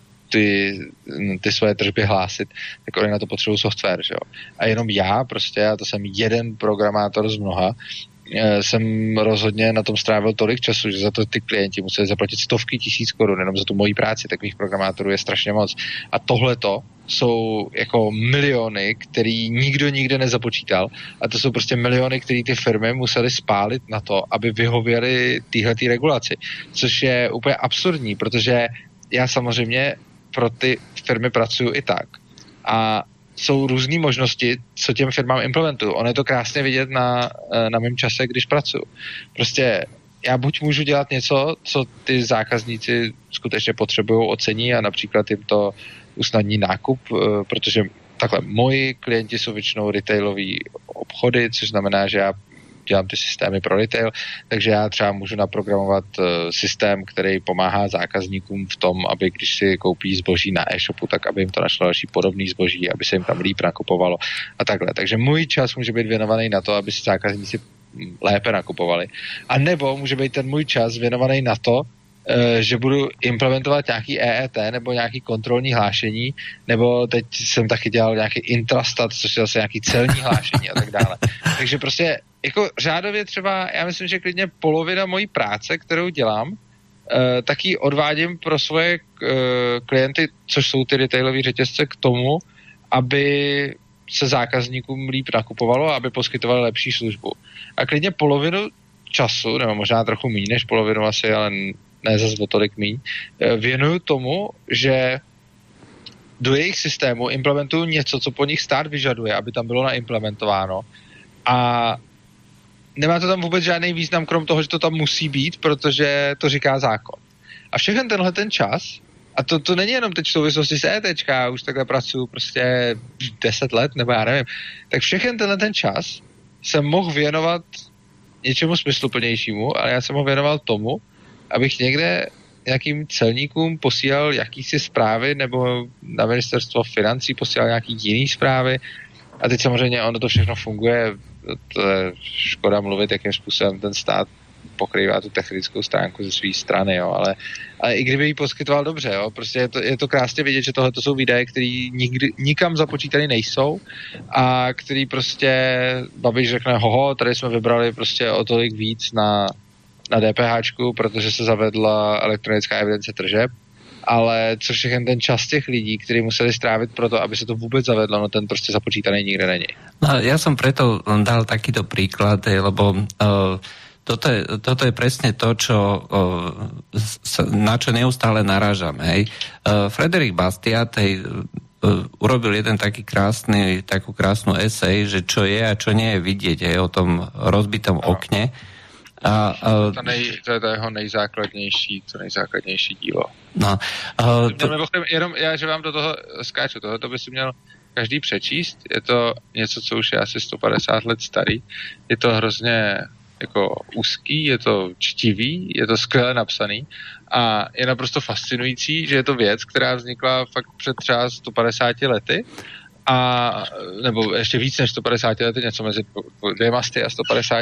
ty svoje tržby hlásit, tak oni na to potřebují software, že jo. A jenom já prostě, a to jsem jeden programátor z mnoha, jsem rozhodně na tom strávil tolik času, že za to ty klienti museli zaplatit stovky tisíc korun, jenom za tu moji práci, takových programátorů je strašně moc. A tohleto jsou jako miliony, který nikdo nikde nezapočítal a to jsou prostě miliony, které ty firmy musely spálit na to, aby vyhověly téhletý regulaci, což je úplně absurdní, protože já samozřejmě pro ty firmy pracuju i tak. A jsou různé možnosti, co těm firmám implementuju. Ono je to krásně vidět na mém čase, když pracuju. Prostě já buď můžu dělat něco, co ty zákazníci skutečně potřebují, ocení a například jim to usnadní nákup, protože takhle, moji klienti jsou většinou retailový obchody, což znamená, že já dělám ty systémy pro retail, takže já třeba můžu naprogramovat systém, který pomáhá zákazníkům v tom, aby když si koupí zboží na e-shopu, tak aby jim to našlo další podobný zboží, aby se jim tam líp nakupovalo a takhle. Takže můj čas může být věnovaný na to, aby si zákazníci lépe nakupovali. A nebo může být ten můj čas věnovaný na to, že budu implementovat nějaký EET nebo nějaký kontrolní hlášení, nebo teď jsem taky dělal nějaký intrastat, což je zase nějaký celní hlášení a tak dále. Takže prostě jako řádově třeba, já myslím, že klidně polovina mojí práce, kterou dělám, tak ji odvádím pro svoje klienty, což jsou ty retailové řetězce, k tomu, aby se zákazníkům líp nakupovalo a aby poskytovali lepší službu. A klidně polovinu času, nebo možná trochu méně než polovinu asi, ale ne zase o tolik míň, věnuju tomu, že do jejich systému implementuju něco, co po nich stát vyžaduje, aby tam bylo naimplementováno. A nemá to tam vůbec žádný význam, krom toho, že to tam musí být, protože to říká zákon. A všechen tenhle ten čas, a to není jenom teď v souvislosti s ETčka, já už takhle pracuji prostě 10 let, nebo já nevím, tak všechen tenhle ten čas jsem mohl věnovat něčemu smysluplnějšímu, ale já jsem ho věnoval tomu, abych někde nějakým celníkům posílal jakýsi zprávy, nebo na ministerstvo financí posílal nějaký jiný zprávy. A teď samozřejmě ono to všechno funguje, to je škoda mluvit, jakým způsobem ten stát pokrývá tu technickou stránku ze své strany, jo, ale i kdyby ji poskytoval dobře, jo, prostě je to krásně vidět, že tohle to jsou videa, které nikam započítané nejsou a který prostě Babiš řekne, hoho, tady jsme vybrali prostě o tolik víc na DPHčku, protože se zavedla elektronická evidence tržeb, ale co všechen ten čas těch lidí, kteří museli strávit pro to, aby se to vůbec zavedlo, no ten prostě započítaný nikde není. No, ja som preto dal takýto príklad, lebo toto je presne to, na čo neustále narážame. Hej. Frédéric Bastiat urobil jeden takú krásnu esej, že čo je a čo nie je vidieť, o tom rozbitom okne. To je to jeho nejzákladnější dílo. No, jenom já, že vám do toho skáču, tohle by si měl každý přečíst, je to něco, co už je asi 150 let starý, je to hrozně jako úzký, je to čtivý, je to skvěle napsaný a je naprosto fascinující, že je to věc, která vznikla fakt před třeba 150 lety, nebo ještě víc než 150 lety, něco mezi 200 a 150,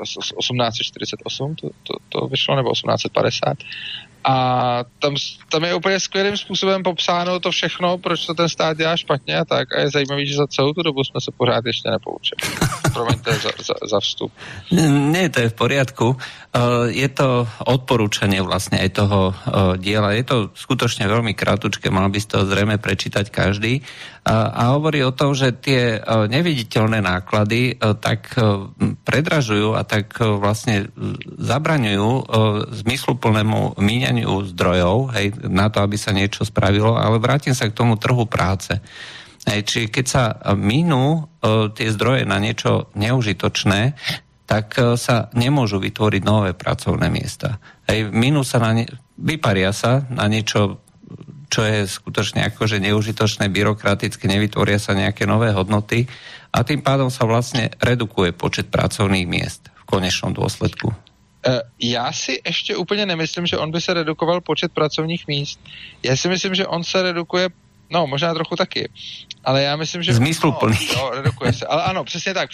1848 to vyšlo, nebo 1850. A tam je úplně skvělým způsobem popsáno to všechno, proč to ten stát dělá špatně a tak. A je zajímavý, že za celou tu dobu jsme se pořád ještě nepoučili. Promiňte za vstup. Nie, to je v poriadku. Je to odporúčanie vlastne aj toho diela. Je to skutočne veľmi kratučké, mal by si to zrejme prečítať každý. A hovorí o tom, že tie neviditeľné náklady tak predražujú a tak vlastne zabraňujú zmysluplnému míňaniu zdrojov, hej, na to, aby sa niečo spravilo, ale vrátim sa k tomu trhu práce. Čiže keď sa minú tie zdroje na niečo neužitočné, tak sa nemôžu vytvoriť nové pracovné miesta. Minú sa vyparia sa na niečo, čo je skutočne akože neužitočné, byrokratické, nevytvoria sa nejaké nové hodnoty a tým pádom sa vlastne redukuje počet pracovných miest v konečnom dôsledku. Já si ještě úplně nemyslím, že on by se redukoval počet pracovních míst. Já si myslím, že on se redukuje, no možná trochu taky, ale já myslím, že... Zmysluplný. Redukuje se, ale ano, přesně tak.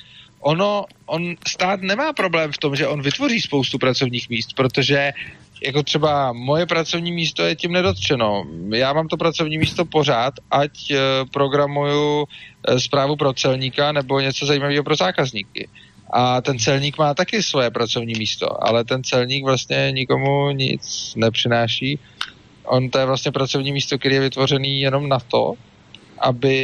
On stát nemá problém v tom, že on vytvoří spoustu pracovních míst, protože jako třeba moje pracovní místo je tím nedotčeno. Já mám to pracovní místo pořád, ať programuju zprávu pro celníka nebo něco zajímavého pro zákazníky. A ten celník má taky svoje pracovní místo, ale ten celník vlastně nikomu nic nepřináší. To je vlastně pracovní místo, který je vytvořený jenom na to, aby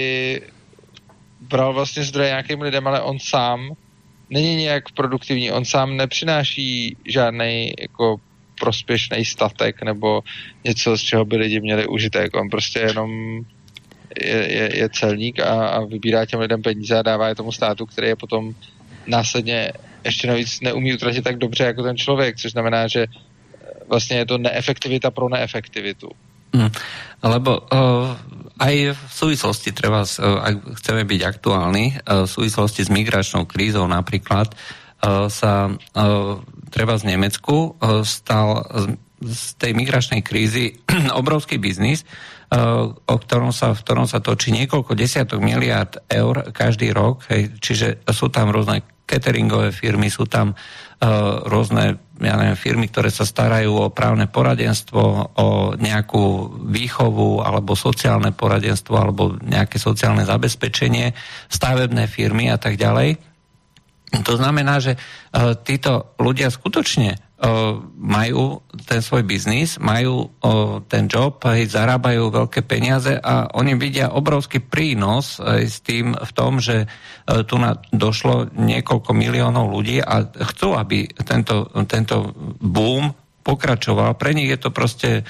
bral vlastně zdroje nějakým lidem, ale on sám není nějak produktivní, on sám nepřináší žádnej jako prospěšný statek nebo něco, z čeho by lidi měli užitek. On prostě jenom je celník a vybírá těm lidem peníze a dává je tomu státu, který je potom následně ještě navíc neumí utratit tak dobře jako ten člověk, což znamená, že vlastně je to neefektivita pro neefektivitu. Lebo aj v súvislosti, treba, ak chceme byť aktuálni, v súvislosti s migračnou krízou napríklad, sa treba z Nemecku stal z tej migračnej krízy obrovský biznis, v ktorom sa točí niekoľko desiatok miliárd eur každý rok. Hej, čiže sú tam rôzne cateringové firmy, sú tam rôzne firmy, ktoré sa starajú o právne poradenstvo, o nejakú výchovu alebo sociálne poradenstvo alebo nejaké sociálne zabezpečenie, stavebné firmy a tak ďalej. To znamená, že títo ľudia skutočne majú ten svoj biznis, majú ten job, zarábajú veľké peniaze a oni vidia obrovský prínos s tým v tom, že tu došlo niekoľko miliónov ľudí a chcú, aby tento boom pokračoval. Pre nich je to proste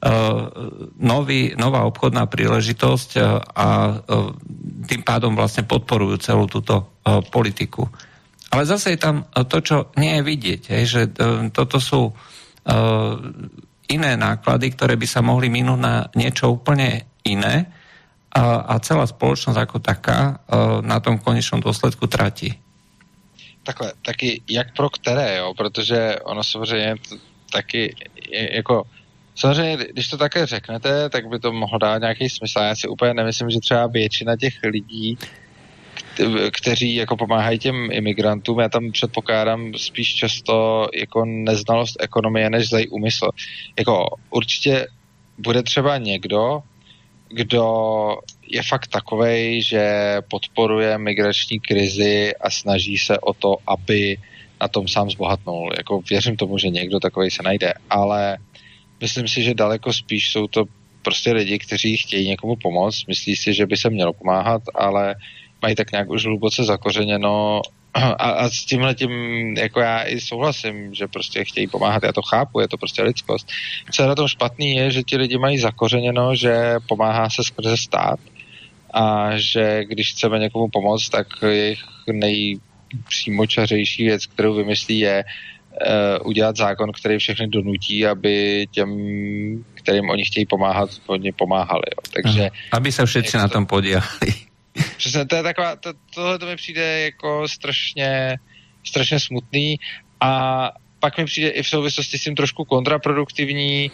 nová obchodná príležitosť a tým pádom vlastne podporujú celú túto politiku. Ale zase je tam to, čo nie je vidieť, že toto sú iné náklady, ktoré by sa mohli minúť na niečo úplne iné a celá spoločnosť ako taká na tom konečnom dôsledku tratí. Takhle, taky jak pro které, jo? Protože ono samozřejmě taky jako samozřejmě, když to také řeknete, tak by to mohlo dát nějaký smysl. Já si úplně nemyslím, že třeba většina těch lidí, kteří jako pomáhají těm imigrantům, já tam předpokládám spíš často jako neznalost ekonomie než zlej úmysl. Jako určitě bude třeba někdo, kdo je fakt takovej, že podporuje migrační krizi a snaží se o to, aby na tom sám zbohatnul. Jako věřím tomu, že někdo takovej se najde, ale myslím si, že daleko spíš jsou to prostě lidi, kteří chtějí někomu pomoct, myslí si, že by se mělo pomáhat, ale mají tak nějak už hluboce zakořeněno a s tímhletím jako já i souhlasím, že prostě chtějí pomáhat, já to chápu, je to prostě lidskost. Co je na tom špatný je, že ti lidi mají zakořeněno, že pomáhá se skrze stát a že když chceme někomu pomoct, tak jejich nejpřímočařejší věc, kterou vymyslí, je udělat zákon, který všechny donutí, aby těm, kterým oni chtějí pomáhat, oni pomáhali. Jo. Takže aby se všetci na tom podíleli. Přesně, to je taková, tohle to mi přijde jako strašně smutný a pak mi přijde i v souvislosti s tím trošku kontraproduktivní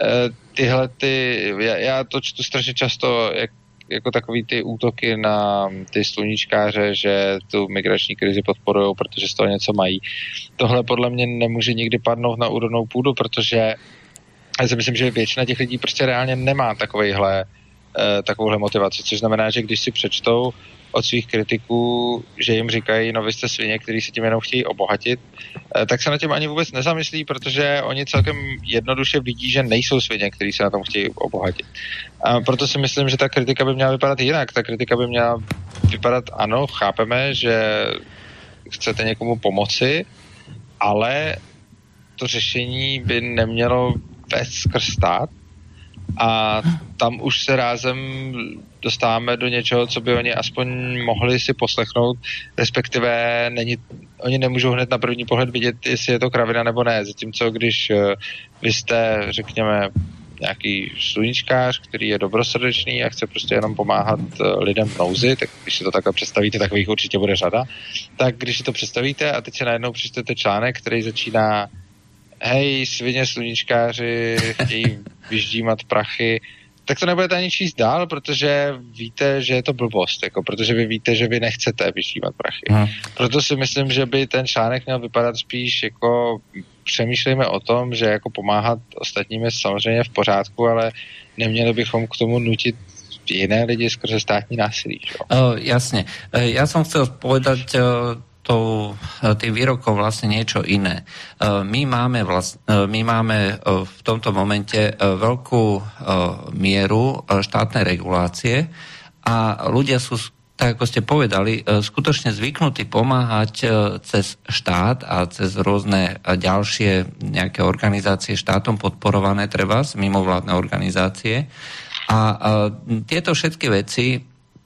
já to čtu strašně často jako takový ty útoky na ty sluníčkáře, že tu migrační krizi podporujou, protože z toho něco mají. Tohle podle mě nemůže nikdy padnout na úrodnou půdu, protože já si myslím, že většina těch lidí prostě reálně nemá takovouhle motivaci, což znamená, že když si přečtou od svých kritiků, že jim říkají, no vy jste svině, kteří se tím jenom chtějí obohatit, tak se na tím ani vůbec nezamyslí, protože oni celkem jednoduše vidí, že nejsou svině, kteří se na tom chtějí obohatit. A proto si myslím, že ta kritika by měla vypadat jinak. Ta kritika by měla vypadat, ano, chápeme, že chcete někomu pomoci, ale to řešení by nemělo vést skrz stát, a tam už se rázem dostáváme do něčeho, co by oni aspoň mohli si poslechnout, respektive oni nemůžou hned na první pohled vidět, jestli je to kravina nebo ne, zatímco když vy jste, řekněme, nějaký sluníčkář, který je dobrosrdečný a chce prostě jenom pomáhat lidem v nouzi, tak když si to takhle představíte, takových určitě bude řada, tak když si to představíte a teď se najednou přečtete článek, který začíná hej, svině sluníčkáři chtějí vyždímat prachy, tak to nebudete ani číst dál, protože víte, že je to blbost, jako, protože vy víte, že vy nechcete vyždímat prachy. Proto si myslím, že by ten článek měl vypadat spíš jako přemýšlejme o tom, že jako pomáhat ostatním je samozřejmě v pořádku, ale neměli bychom k tomu nutit jiné lidi skrze státní násilí. Jasne. Ja som chcel povedať tým výrokom vlastne niečo iné. My máme v tomto momente veľkú mieru štátnej regulácie a ľudia sú, tak ako ste povedali, skutočne zvyknutí pomáhať cez štát a cez rôzne ďalšie nejaké organizácie štátom podporované, trebárs, mimovládne organizácie. A tieto všetky veci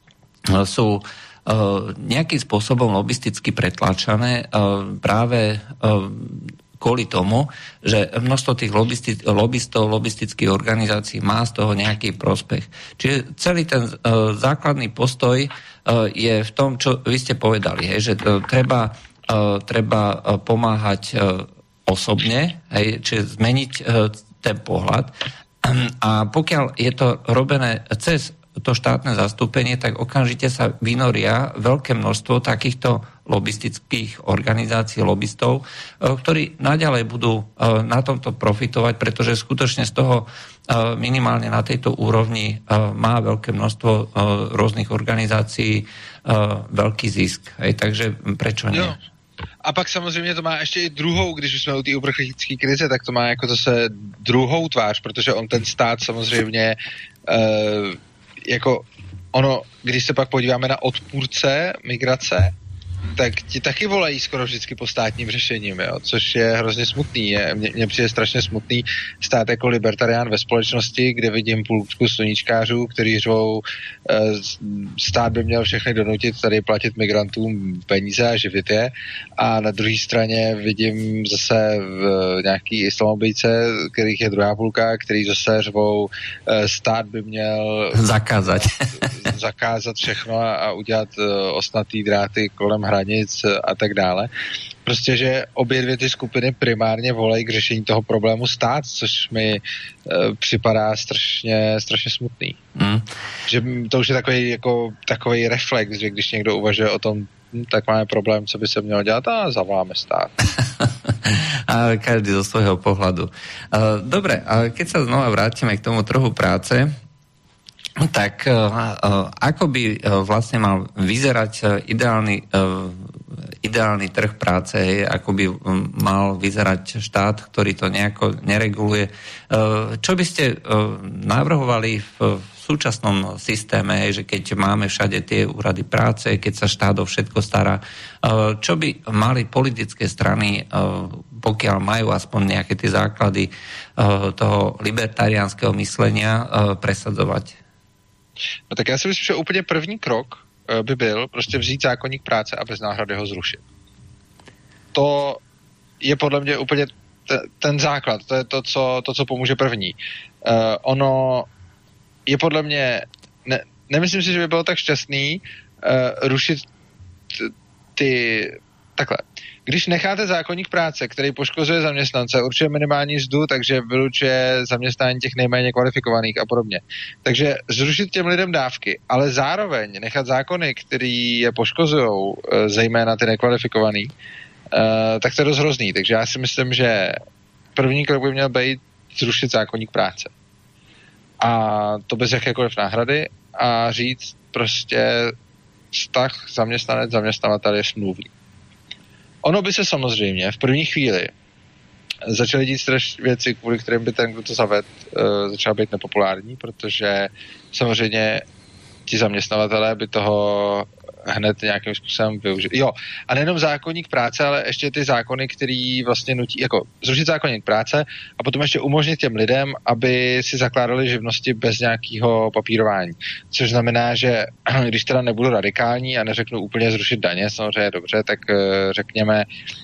sú nejakým spôsobom lobisticky pretlačané práve kvôli tomu, že množstvo tých lobistov, lobistických organizácií má z toho nejaký prospech. Čiže celý ten základný postoj je v tom, čo vy ste povedali, že treba treba pomáhať osobne, hej, čiže zmeniť ten pohľad. A pokiaľ je to robené cez to štátne zastúpenie, tak okamžite sa vynoria veľké množstvo takýchto lobistických organizácií, lobistov, ktorí naďalej budú na tomto profitovať, pretože skutočne z toho minimálne na tejto úrovni má veľké množstvo rôznych organizácií veľký zisk. Hej, takže prečo nie? Jo. A pak samozřejmě to má ještě i druhou, když jsme u té uprchlické krize, tak to má jako zase druhou tvář, protože on ten stát samozřejmě jako ono, když se pak podíváme na odpůrce migrace, tak ti taky volají skoro vždycky po státním řešením, jo? Což je hrozně smutný. Mně přijde strašně smutný stát jako libertarián ve společnosti, kde vidím půlku sluníčkářů, kteří řvou, stát by měl všechny donutit tady platit migrantům peníze a živit je. A na druhé straně vidím zase v nějaký islamobijce, kterých je druhá půlka, který zase řvou, stát by měl zakázat všechno a udělat ostnatý dráty kolem hranic a tak dále. Prostě, že obě dvě ty skupiny primárně volají k řešení toho problému stát, což mi připadá strašně smutný. Že to už je takový reflex, že když někdo uvažuje o tom, tak máme problém, co by se mělo dělat a zavoláme stát. A každý zo svojho pohľadu. Dobre, a keď sa znova vrátime k tomu trhu práce, tak ako by vlastne mal vyzerať ideálny trh práce, ako by mal vyzerať štát, ktorý to nejako nereguluje. Čo by ste navrhovali v súčasnom systéme, že keď máme všade tie úrady práce, keď sa štát o všetko stará, čo by mali politické strany, pokiaľ majú aspoň nejaké tie základy toho libertariánskeho myslenia, presadzovať? No tak já si myslím, že úplně první krok by byl prostě vzít zákoník práce a bez náhrady ho zrušit. To je podle mě úplně ten základ, to je to, co pomůže první. Ono je podle mě, nemyslím si, že by bylo tak šťastný rušit takhle. Když necháte zákoník práce, který poškozuje zaměstnance, určuje minimální mzdu, takže vylučuje zaměstnání těch nejméně kvalifikovaných a podobně. Takže zrušit těm lidem dávky, ale zároveň nechat zákony, který je poškozují, zejména ty nekvalifikovaný, tak to je dost hrozný. Takže já si myslím, že první krok by měl být zrušit zákoník práce. A to bez jakékoliv náhrady a říct prostě vztah zaměstnanec-zaměstnavatel je smluvní. Ono by se samozřejmě v první chvíli začaly dít věci, kvůli kterým by ten, kdo to zavedl, začal být nepopulární, protože samozřejmě ti zaměstnavatelé by toho hned nějakým způsobem využili. Jo, a nejenom zákoník práce, ale ještě ty zákony, který vlastně nutí, jako zrušit zákoník práce a potom ještě umožnit těm lidem, aby si zakládali živnosti bez nějakého papírování. Což znamená, že když teda nebudu radikální a neřeknu úplně zrušit daně, samozřejmě dobře, tak řekněme,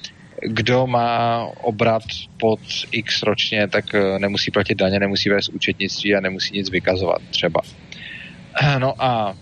kdo má obrat pod X ročně, tak nemusí platit daně, nemusí vést účetnictví a nemusí nic vykazovat třeba. No a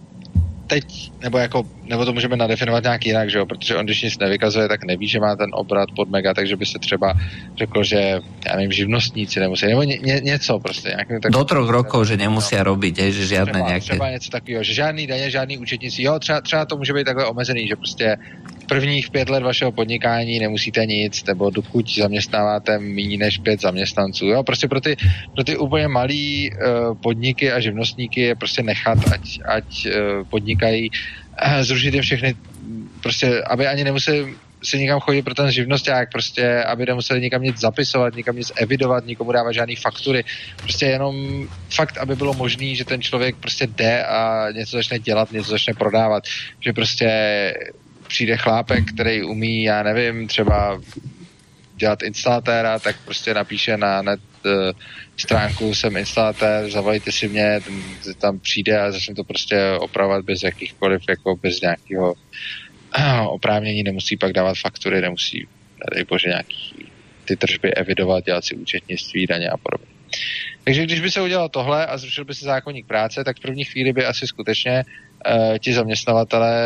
teď, nebo to můžeme nadefinovat nějak jinak, že jo? Protože on, když nic nevykazuje, tak neví, že má ten obrat pod mega, takže by se třeba řeklo, že, já nevím, živnostníci nemusí, nebo něco prostě. Tak, do 3 rokov, že nemusí robiť, že žádné nějaké. Třeba něco takového, že žádný daně, žádný účetnictví, jo, třeba to může být takhle omezený, že prostě prvních 5 let vašeho podnikání nemusíte nic, nebo dokud zaměstnáváte méně než 5 zaměstnanců. Jo? Prostě pro ty úplně malý podniky a živnostníky je prostě nechat, ať podnikají, zrušit jim všechny, prostě, aby ani nemuseli si někam chodit pro ten živnosťák, prostě, aby nemuseli nikam nic zapisovat, nikam nic evidovat, nikomu dávat žádný faktury. Prostě jenom fakt, aby bylo možný, že ten člověk prostě jde a něco začne dělat, něco začne prodávat. Že prostě přijde chlápek, který umí, já nevím, třeba dělat instalatéra, tak prostě napíše na net stránku, jsem instalatér, zavolejte si mě, tam přijde a začne to prostě opravovat bez jakýchkoliv, jako bez nějakého oprávnění, nemusí pak dávat faktury, nemusí, nedej bože, nějaký ty tržby evidovat, dělat si účetnictví, daně a podobně. Takže když by se udělalo tohle a zrušil by se zákoník práce, tak v první chvíli by asi skutečně ti zaměstnavatelé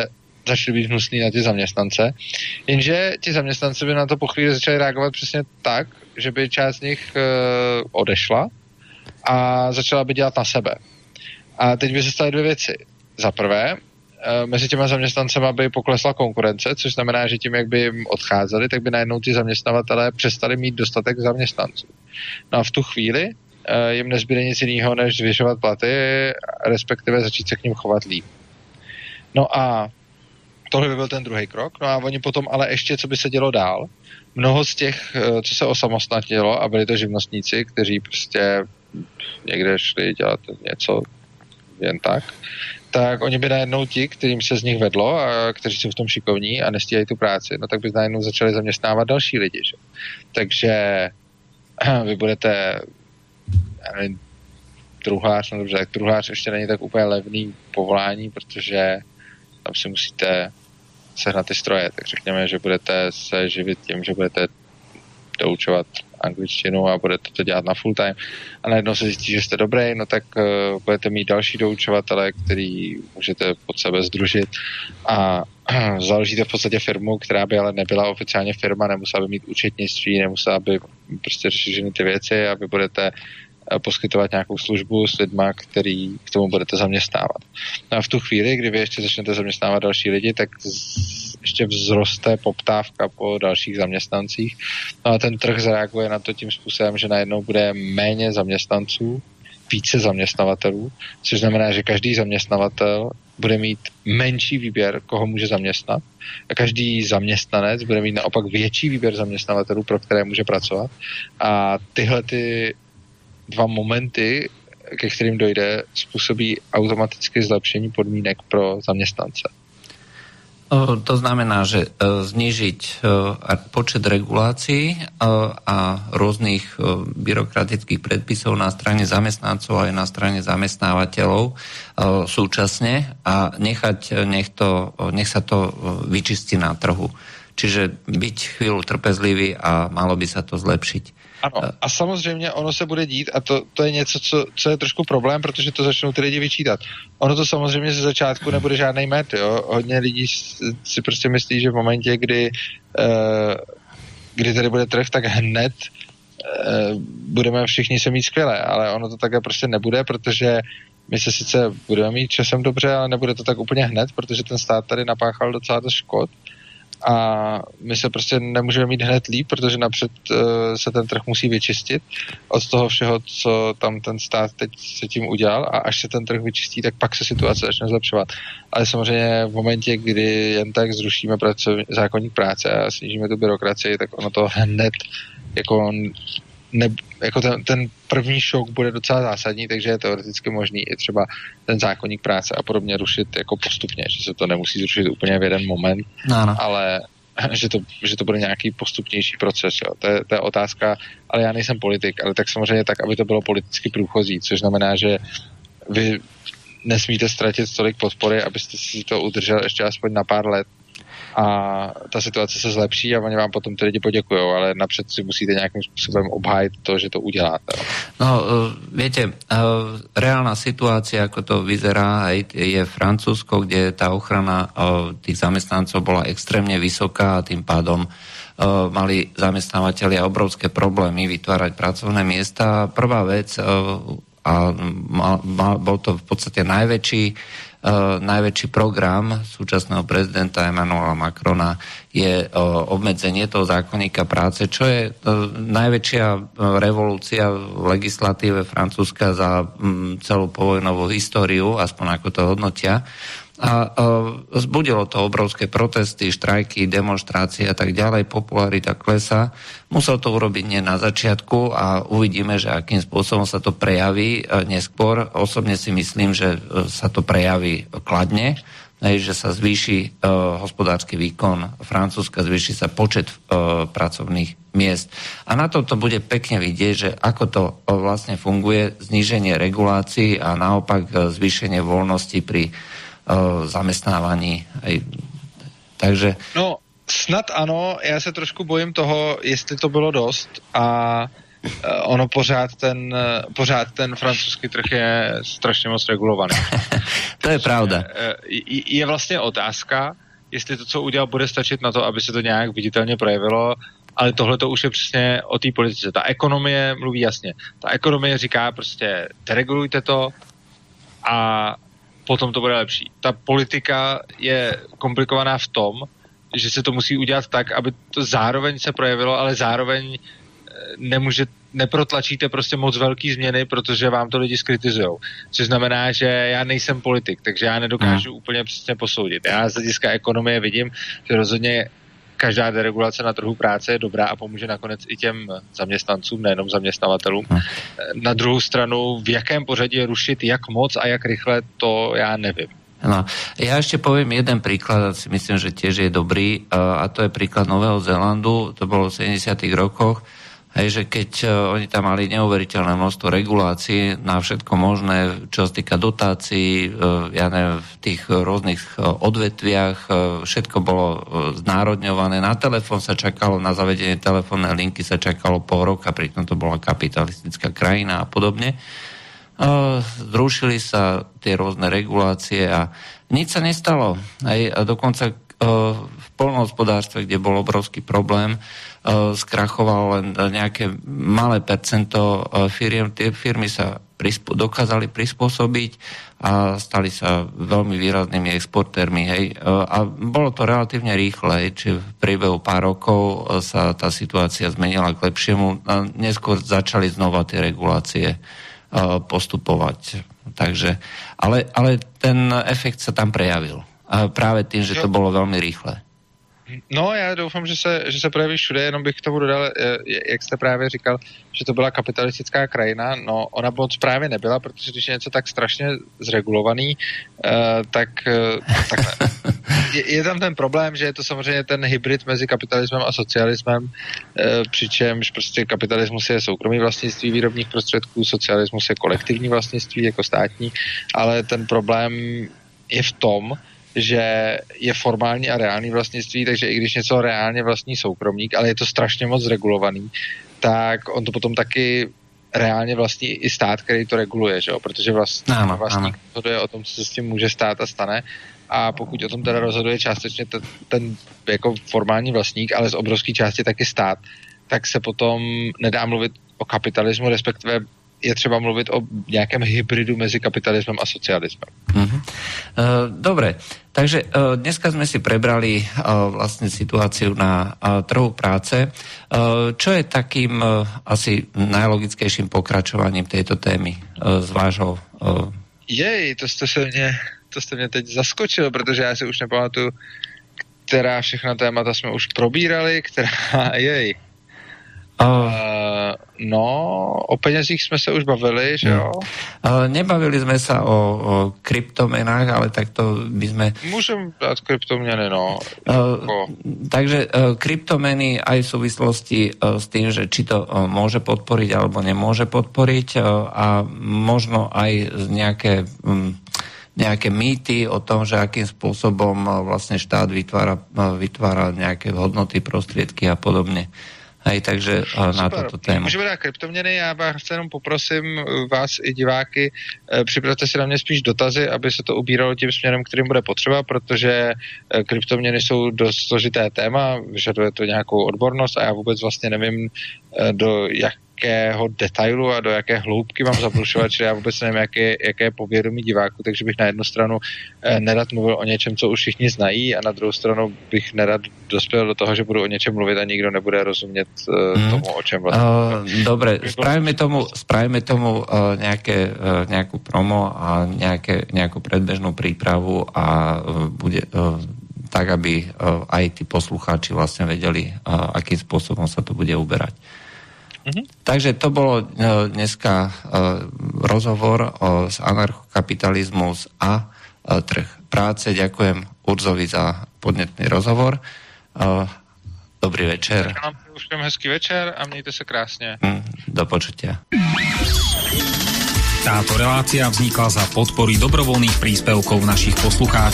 začali být hnusný na ty zaměstnance. Jenže ti zaměstnanci by na to po chvíli začali reagovat přesně tak, že by část z nich odešla a začala by dělat na sebe. A teď by se staly dvě věci. Za prvé, mezi těma zaměstnancema by poklesla konkurence, což znamená, že tím, jak by jim odcházeli, tak by najednou ty zaměstnavatelé přestali mít dostatek zaměstnanců. No a v tu chvíli jim nezbyde nic jiného, než zvyšovat platy, respektive začít se k ním chovat líp. No a tohle by byl ten druhý krok. No a oni potom ale ještě, co by se dělo dál, mnoho z těch, co se osamostatnilo, a byli to živnostníci, kteří prostě někde šli dělat něco jen tak oni by najednou ti, kterým se z nich vedlo a kteří jsou v tom šikovní a nestíhají tu práci, no tak by najednou začali zaměstnávat další lidi. Že? Takže vy budete truhlář, no dobře, tak truhlář ještě není tak úplně levný povolání, protože tam si musíte sehnat ty stroje, tak řekněme, že budete se živit tím, že budete doučovat angličtinu a budete to dělat na full time a najednou se zjistí, že jste dobrý, no tak budete mít další doučovatele, který můžete pod sebe sdružit a založíte v podstatě firmu, která by ale nebyla oficiálně firma, nemusela by mít účetnictví, nemusela by prostě řešit ty věci a vy budete poskytovat nějakou službu s lidma, který k tomu budete zaměstnávat. No a v tu chvíli, kdy vy ještě začnete zaměstnávat další lidi, tak ještě vzroste poptávka po dalších zaměstnancích. No a ten trh zareaguje na to tím způsobem, že najednou bude méně zaměstnanců, více zaměstnavatelů, což znamená, že každý zaměstnavatel bude mít menší výběr, koho může zaměstnat a každý zaměstnanec bude mít naopak větší výběr zaměstnavatelů, pro které může pracovat. A tyhle ty dva momenty, ke kterým dojde, způsobí automaticky zlepšení podmínek pro zaměstnance. To znamená, že znížiť počet regulácií a rôznych byrokratických predpisov na strane zamestnancov aj na strane zamestnávateľov súčasne a nech sa to vyčistí na trhu. Čiže byť chvíľu trpezlivý a malo by sa to zlepšiť. Ano, a samozřejmě ono se bude dít a to je něco, co je trošku problém, protože to začnou ty lidi vyčítat. Ono to samozřejmě ze začátku nebude žádnej met, jo. Hodně lidí si prostě myslí, že v momentě, kdy tady bude trh, tak hned budeme všichni se mít skvěle, ale ono to také prostě nebude, protože my se sice budeme mít časem dobře, ale nebude to tak úplně hned, protože ten stát tady napáchal docela dost škod. A my se prostě nemůžeme mít hned líp, protože napřed se ten trh musí vyčistit od toho všeho, co tam ten stát teď se tím udělal a až se ten trh vyčistí, tak pak se situace začne zlepšovat. Ale samozřejmě v momentě, kdy jen tak zrušíme zákoník práce a snížíme tu byrokracii, tak ono to hned jako ten první šok bude docela zásadní, takže je teoreticky možný i třeba ten zákoník práce a podobně rušit jako postupně, že se to nemusí zrušit úplně v jeden moment, ale že to bude nějaký postupnější proces. Jo. To je otázka, ale já nejsem politik, ale tak samozřejmě tak, aby to bylo politicky průchozí, což znamená, že vy nesmíte ztratit tolik podpory, abyste si to udržel ještě aspoň na pár let a ta situace se zlepší a oni vám potom ty lidi poděkujou, ale napřed si musíte nějakým způsobem obhájit to, že to uděláte. No, viete, reálna situácia, ako to vyzerá, je Francúzsko, kde tá ochrana tých zamestnancov bola extrémne vysoká a tým pádom mali zamestnávateľia obrovské problémy vytvárať pracovné miesta. Prvá vec, a bol to v podstate najväčší program súčasného prezidenta Emmanuela Macrona je obmedzenie toho zákonníka práce, čo je najväčšia revolúcia v legislatíve Francúzska za celú povojnovú históriu, aspoň ako to hodnotia. A zbudilo to obrovské protesty, štrajky, demonštrácie a tak ďalej, popularita klesá. Musel to urobiť nie na začiatku a uvidíme, že akým spôsobom sa to prejaví neskôr. Osobne si myslím, že sa to prejaví kladne, že sa zvýši hospodársky výkon Francúzska, zvýši sa počet pracovných miest. A na to bude pekne vidieť, že ako to vlastne funguje, zníženie regulácií a naopak zvýšenie voľnosti pri zamestnávání. Takže... No, snad ano, já se trošku bojím toho, jestli to bylo dost a ono pořád ten francouzský trh je strašně moc regulovaný. To je pravda. Je vlastně otázka, jestli to, co udělal, bude stačit na to, aby se to nějak viditelně projevilo, ale tohle to už je přesně o té politice. Ta ekonomie mluví jasně. Ta ekonomie říká prostě, deregulujte to a potom to bude lepší. Ta politika je komplikovaná v tom, že se to musí udělat tak, aby to zároveň se projevilo, ale zároveň neprotlačíte prostě moc velký změny, protože vám to lidi skritizujou. Což znamená, že já nejsem politik, takže já nedokážu úplně přesně posoudit. Já z hlediska ekonomie vidím, že rozhodně každá deregulace na trhu práce je dobrá a pomůže nakonec i těm zaměstnancům, nejenom zaměstnavatelům. Na druhou stranu, v jakém pořadí rušit, jak moc a jak rychle, to já nevím. No, ja ešte poviem jeden príklad, si myslím, že tiež je dobrý, a to je príklad Nového Zélandu, to bolo v 70. rokoch, hej, že keď oni tam mali neuveriteľné množstvo regulácií na všetko možné, čo sa týka dotácií, ja neviem, v tých rôznych odvetviach, všetko bolo znárodňované, na telefón sa čakalo, na zavedenie telefónnej linky sa čakalo pol roka, pritom to bola kapitalistická krajina a podobne. Zrušili sa tie rôzne regulácie a nič sa nestalo. A dokonca v poľnohospodárstve, kde bol obrovský problém, skrachovalo len nejaké malé percento firiem. Tie firmy sa dokázali prispôsobiť a stali sa veľmi výraznými exportérmi. Hej. A bolo to relatívne rýchle, či v priebehu pár rokov sa tá situácia zmenila k lepšiemu a neskôr začali znova tie regulácie postupovať. Takže, ale ten efekt sa tam prejavil. A práve tým, že to bolo veľmi rýchle. No, já doufám, že se projeví všude, jenom bych k tomu dodal, jak jste právě říkal, že to byla kapitalistická krajina. No, ona moc právě nebyla, protože když je něco tak strašně zregulovaný, tak je tam ten problém, že je to samozřejmě ten hybrid mezi kapitalismem a socialismem, přičemž prostě kapitalismus je soukromý vlastnictví výrobních prostředků, socialismus je kolektivní vlastnictví jako státní, ale ten problém je v tom, že je formální a reálný vlastnictví, takže i když něco reálně vlastní soukromník, ale je to strašně moc regulovaný, tak on to potom taky reálně vlastní i stát, který to reguluje, že jo? Protože vlastník rozhoduje o tom, co se s tím může stát a stane, a pokud o tom teda rozhoduje částečně ten jako formální vlastník, ale z obrovské části taky stát, tak se potom nedá mluvit o kapitalismu, respektive je třeba mluvit o nějakém hybridu mezi kapitalismem a socialismem. Dobre, takže dneska sme si prebrali vlastne situáciu na trhu práce. Čo je takým asi najlogickejším pokračovaním tejto témy z vášho? To jste mě teď zaskočil, protože já si už nepamatuju, která všechna témata jsme už probírali, no, o penězích jsme se už bavili, že jo? Nebavili sme sa o kryptomenách, ale takto by sme... Môžem dať kryptomeny, no. Takže kryptomeny aj v súvislosti s tým, že či to môže podporiť alebo nemôže podporiť a možno aj nejaké mýty o tom, že akým spôsobom vlastne štát vytvára nejaké hodnoty, prostriedky a podobne. Hej, takže na toto tému. Můžeme dát kryptoměny, já vás jenom poprosím vás i diváky, připravte si na mě spíš dotazy, aby se to ubíralo tím směrem, kterým bude potřeba, protože kryptoměny jsou dost složité téma, vyžaduje to nějakou odbornost a já vůbec vlastně nevím, do jakého detailu a do jaké hloubky mám zabrušovat, čili já vůbec nevím, jaké je povědomí diváků, takže bych na jednu stranu nerad mluvil o něčem, co už všichni znají, a na druhou stranu bych nerad dospěl do toho, že budu o něčem mluvit a nikdo nebude rozumět tomu, o čem vlastně. Dobre, spravíme tomu nejakú promo a nejakú predbežnú prípravu a bude tak, aby aj tí poslucháči vlastne vedeli, akým spôsobom sa to bude uberať. Takže to bolo dneska rozhovor z anarchokapitalizmus a trh práce. Ďakujem Urzovi za podnetný rozhovor. Dobrý večer. Už hezký večer a mějte se krásně. Do počutia. Táto relácia vznikla za podpory dobrovoľných príspevkov našich poslucháčov.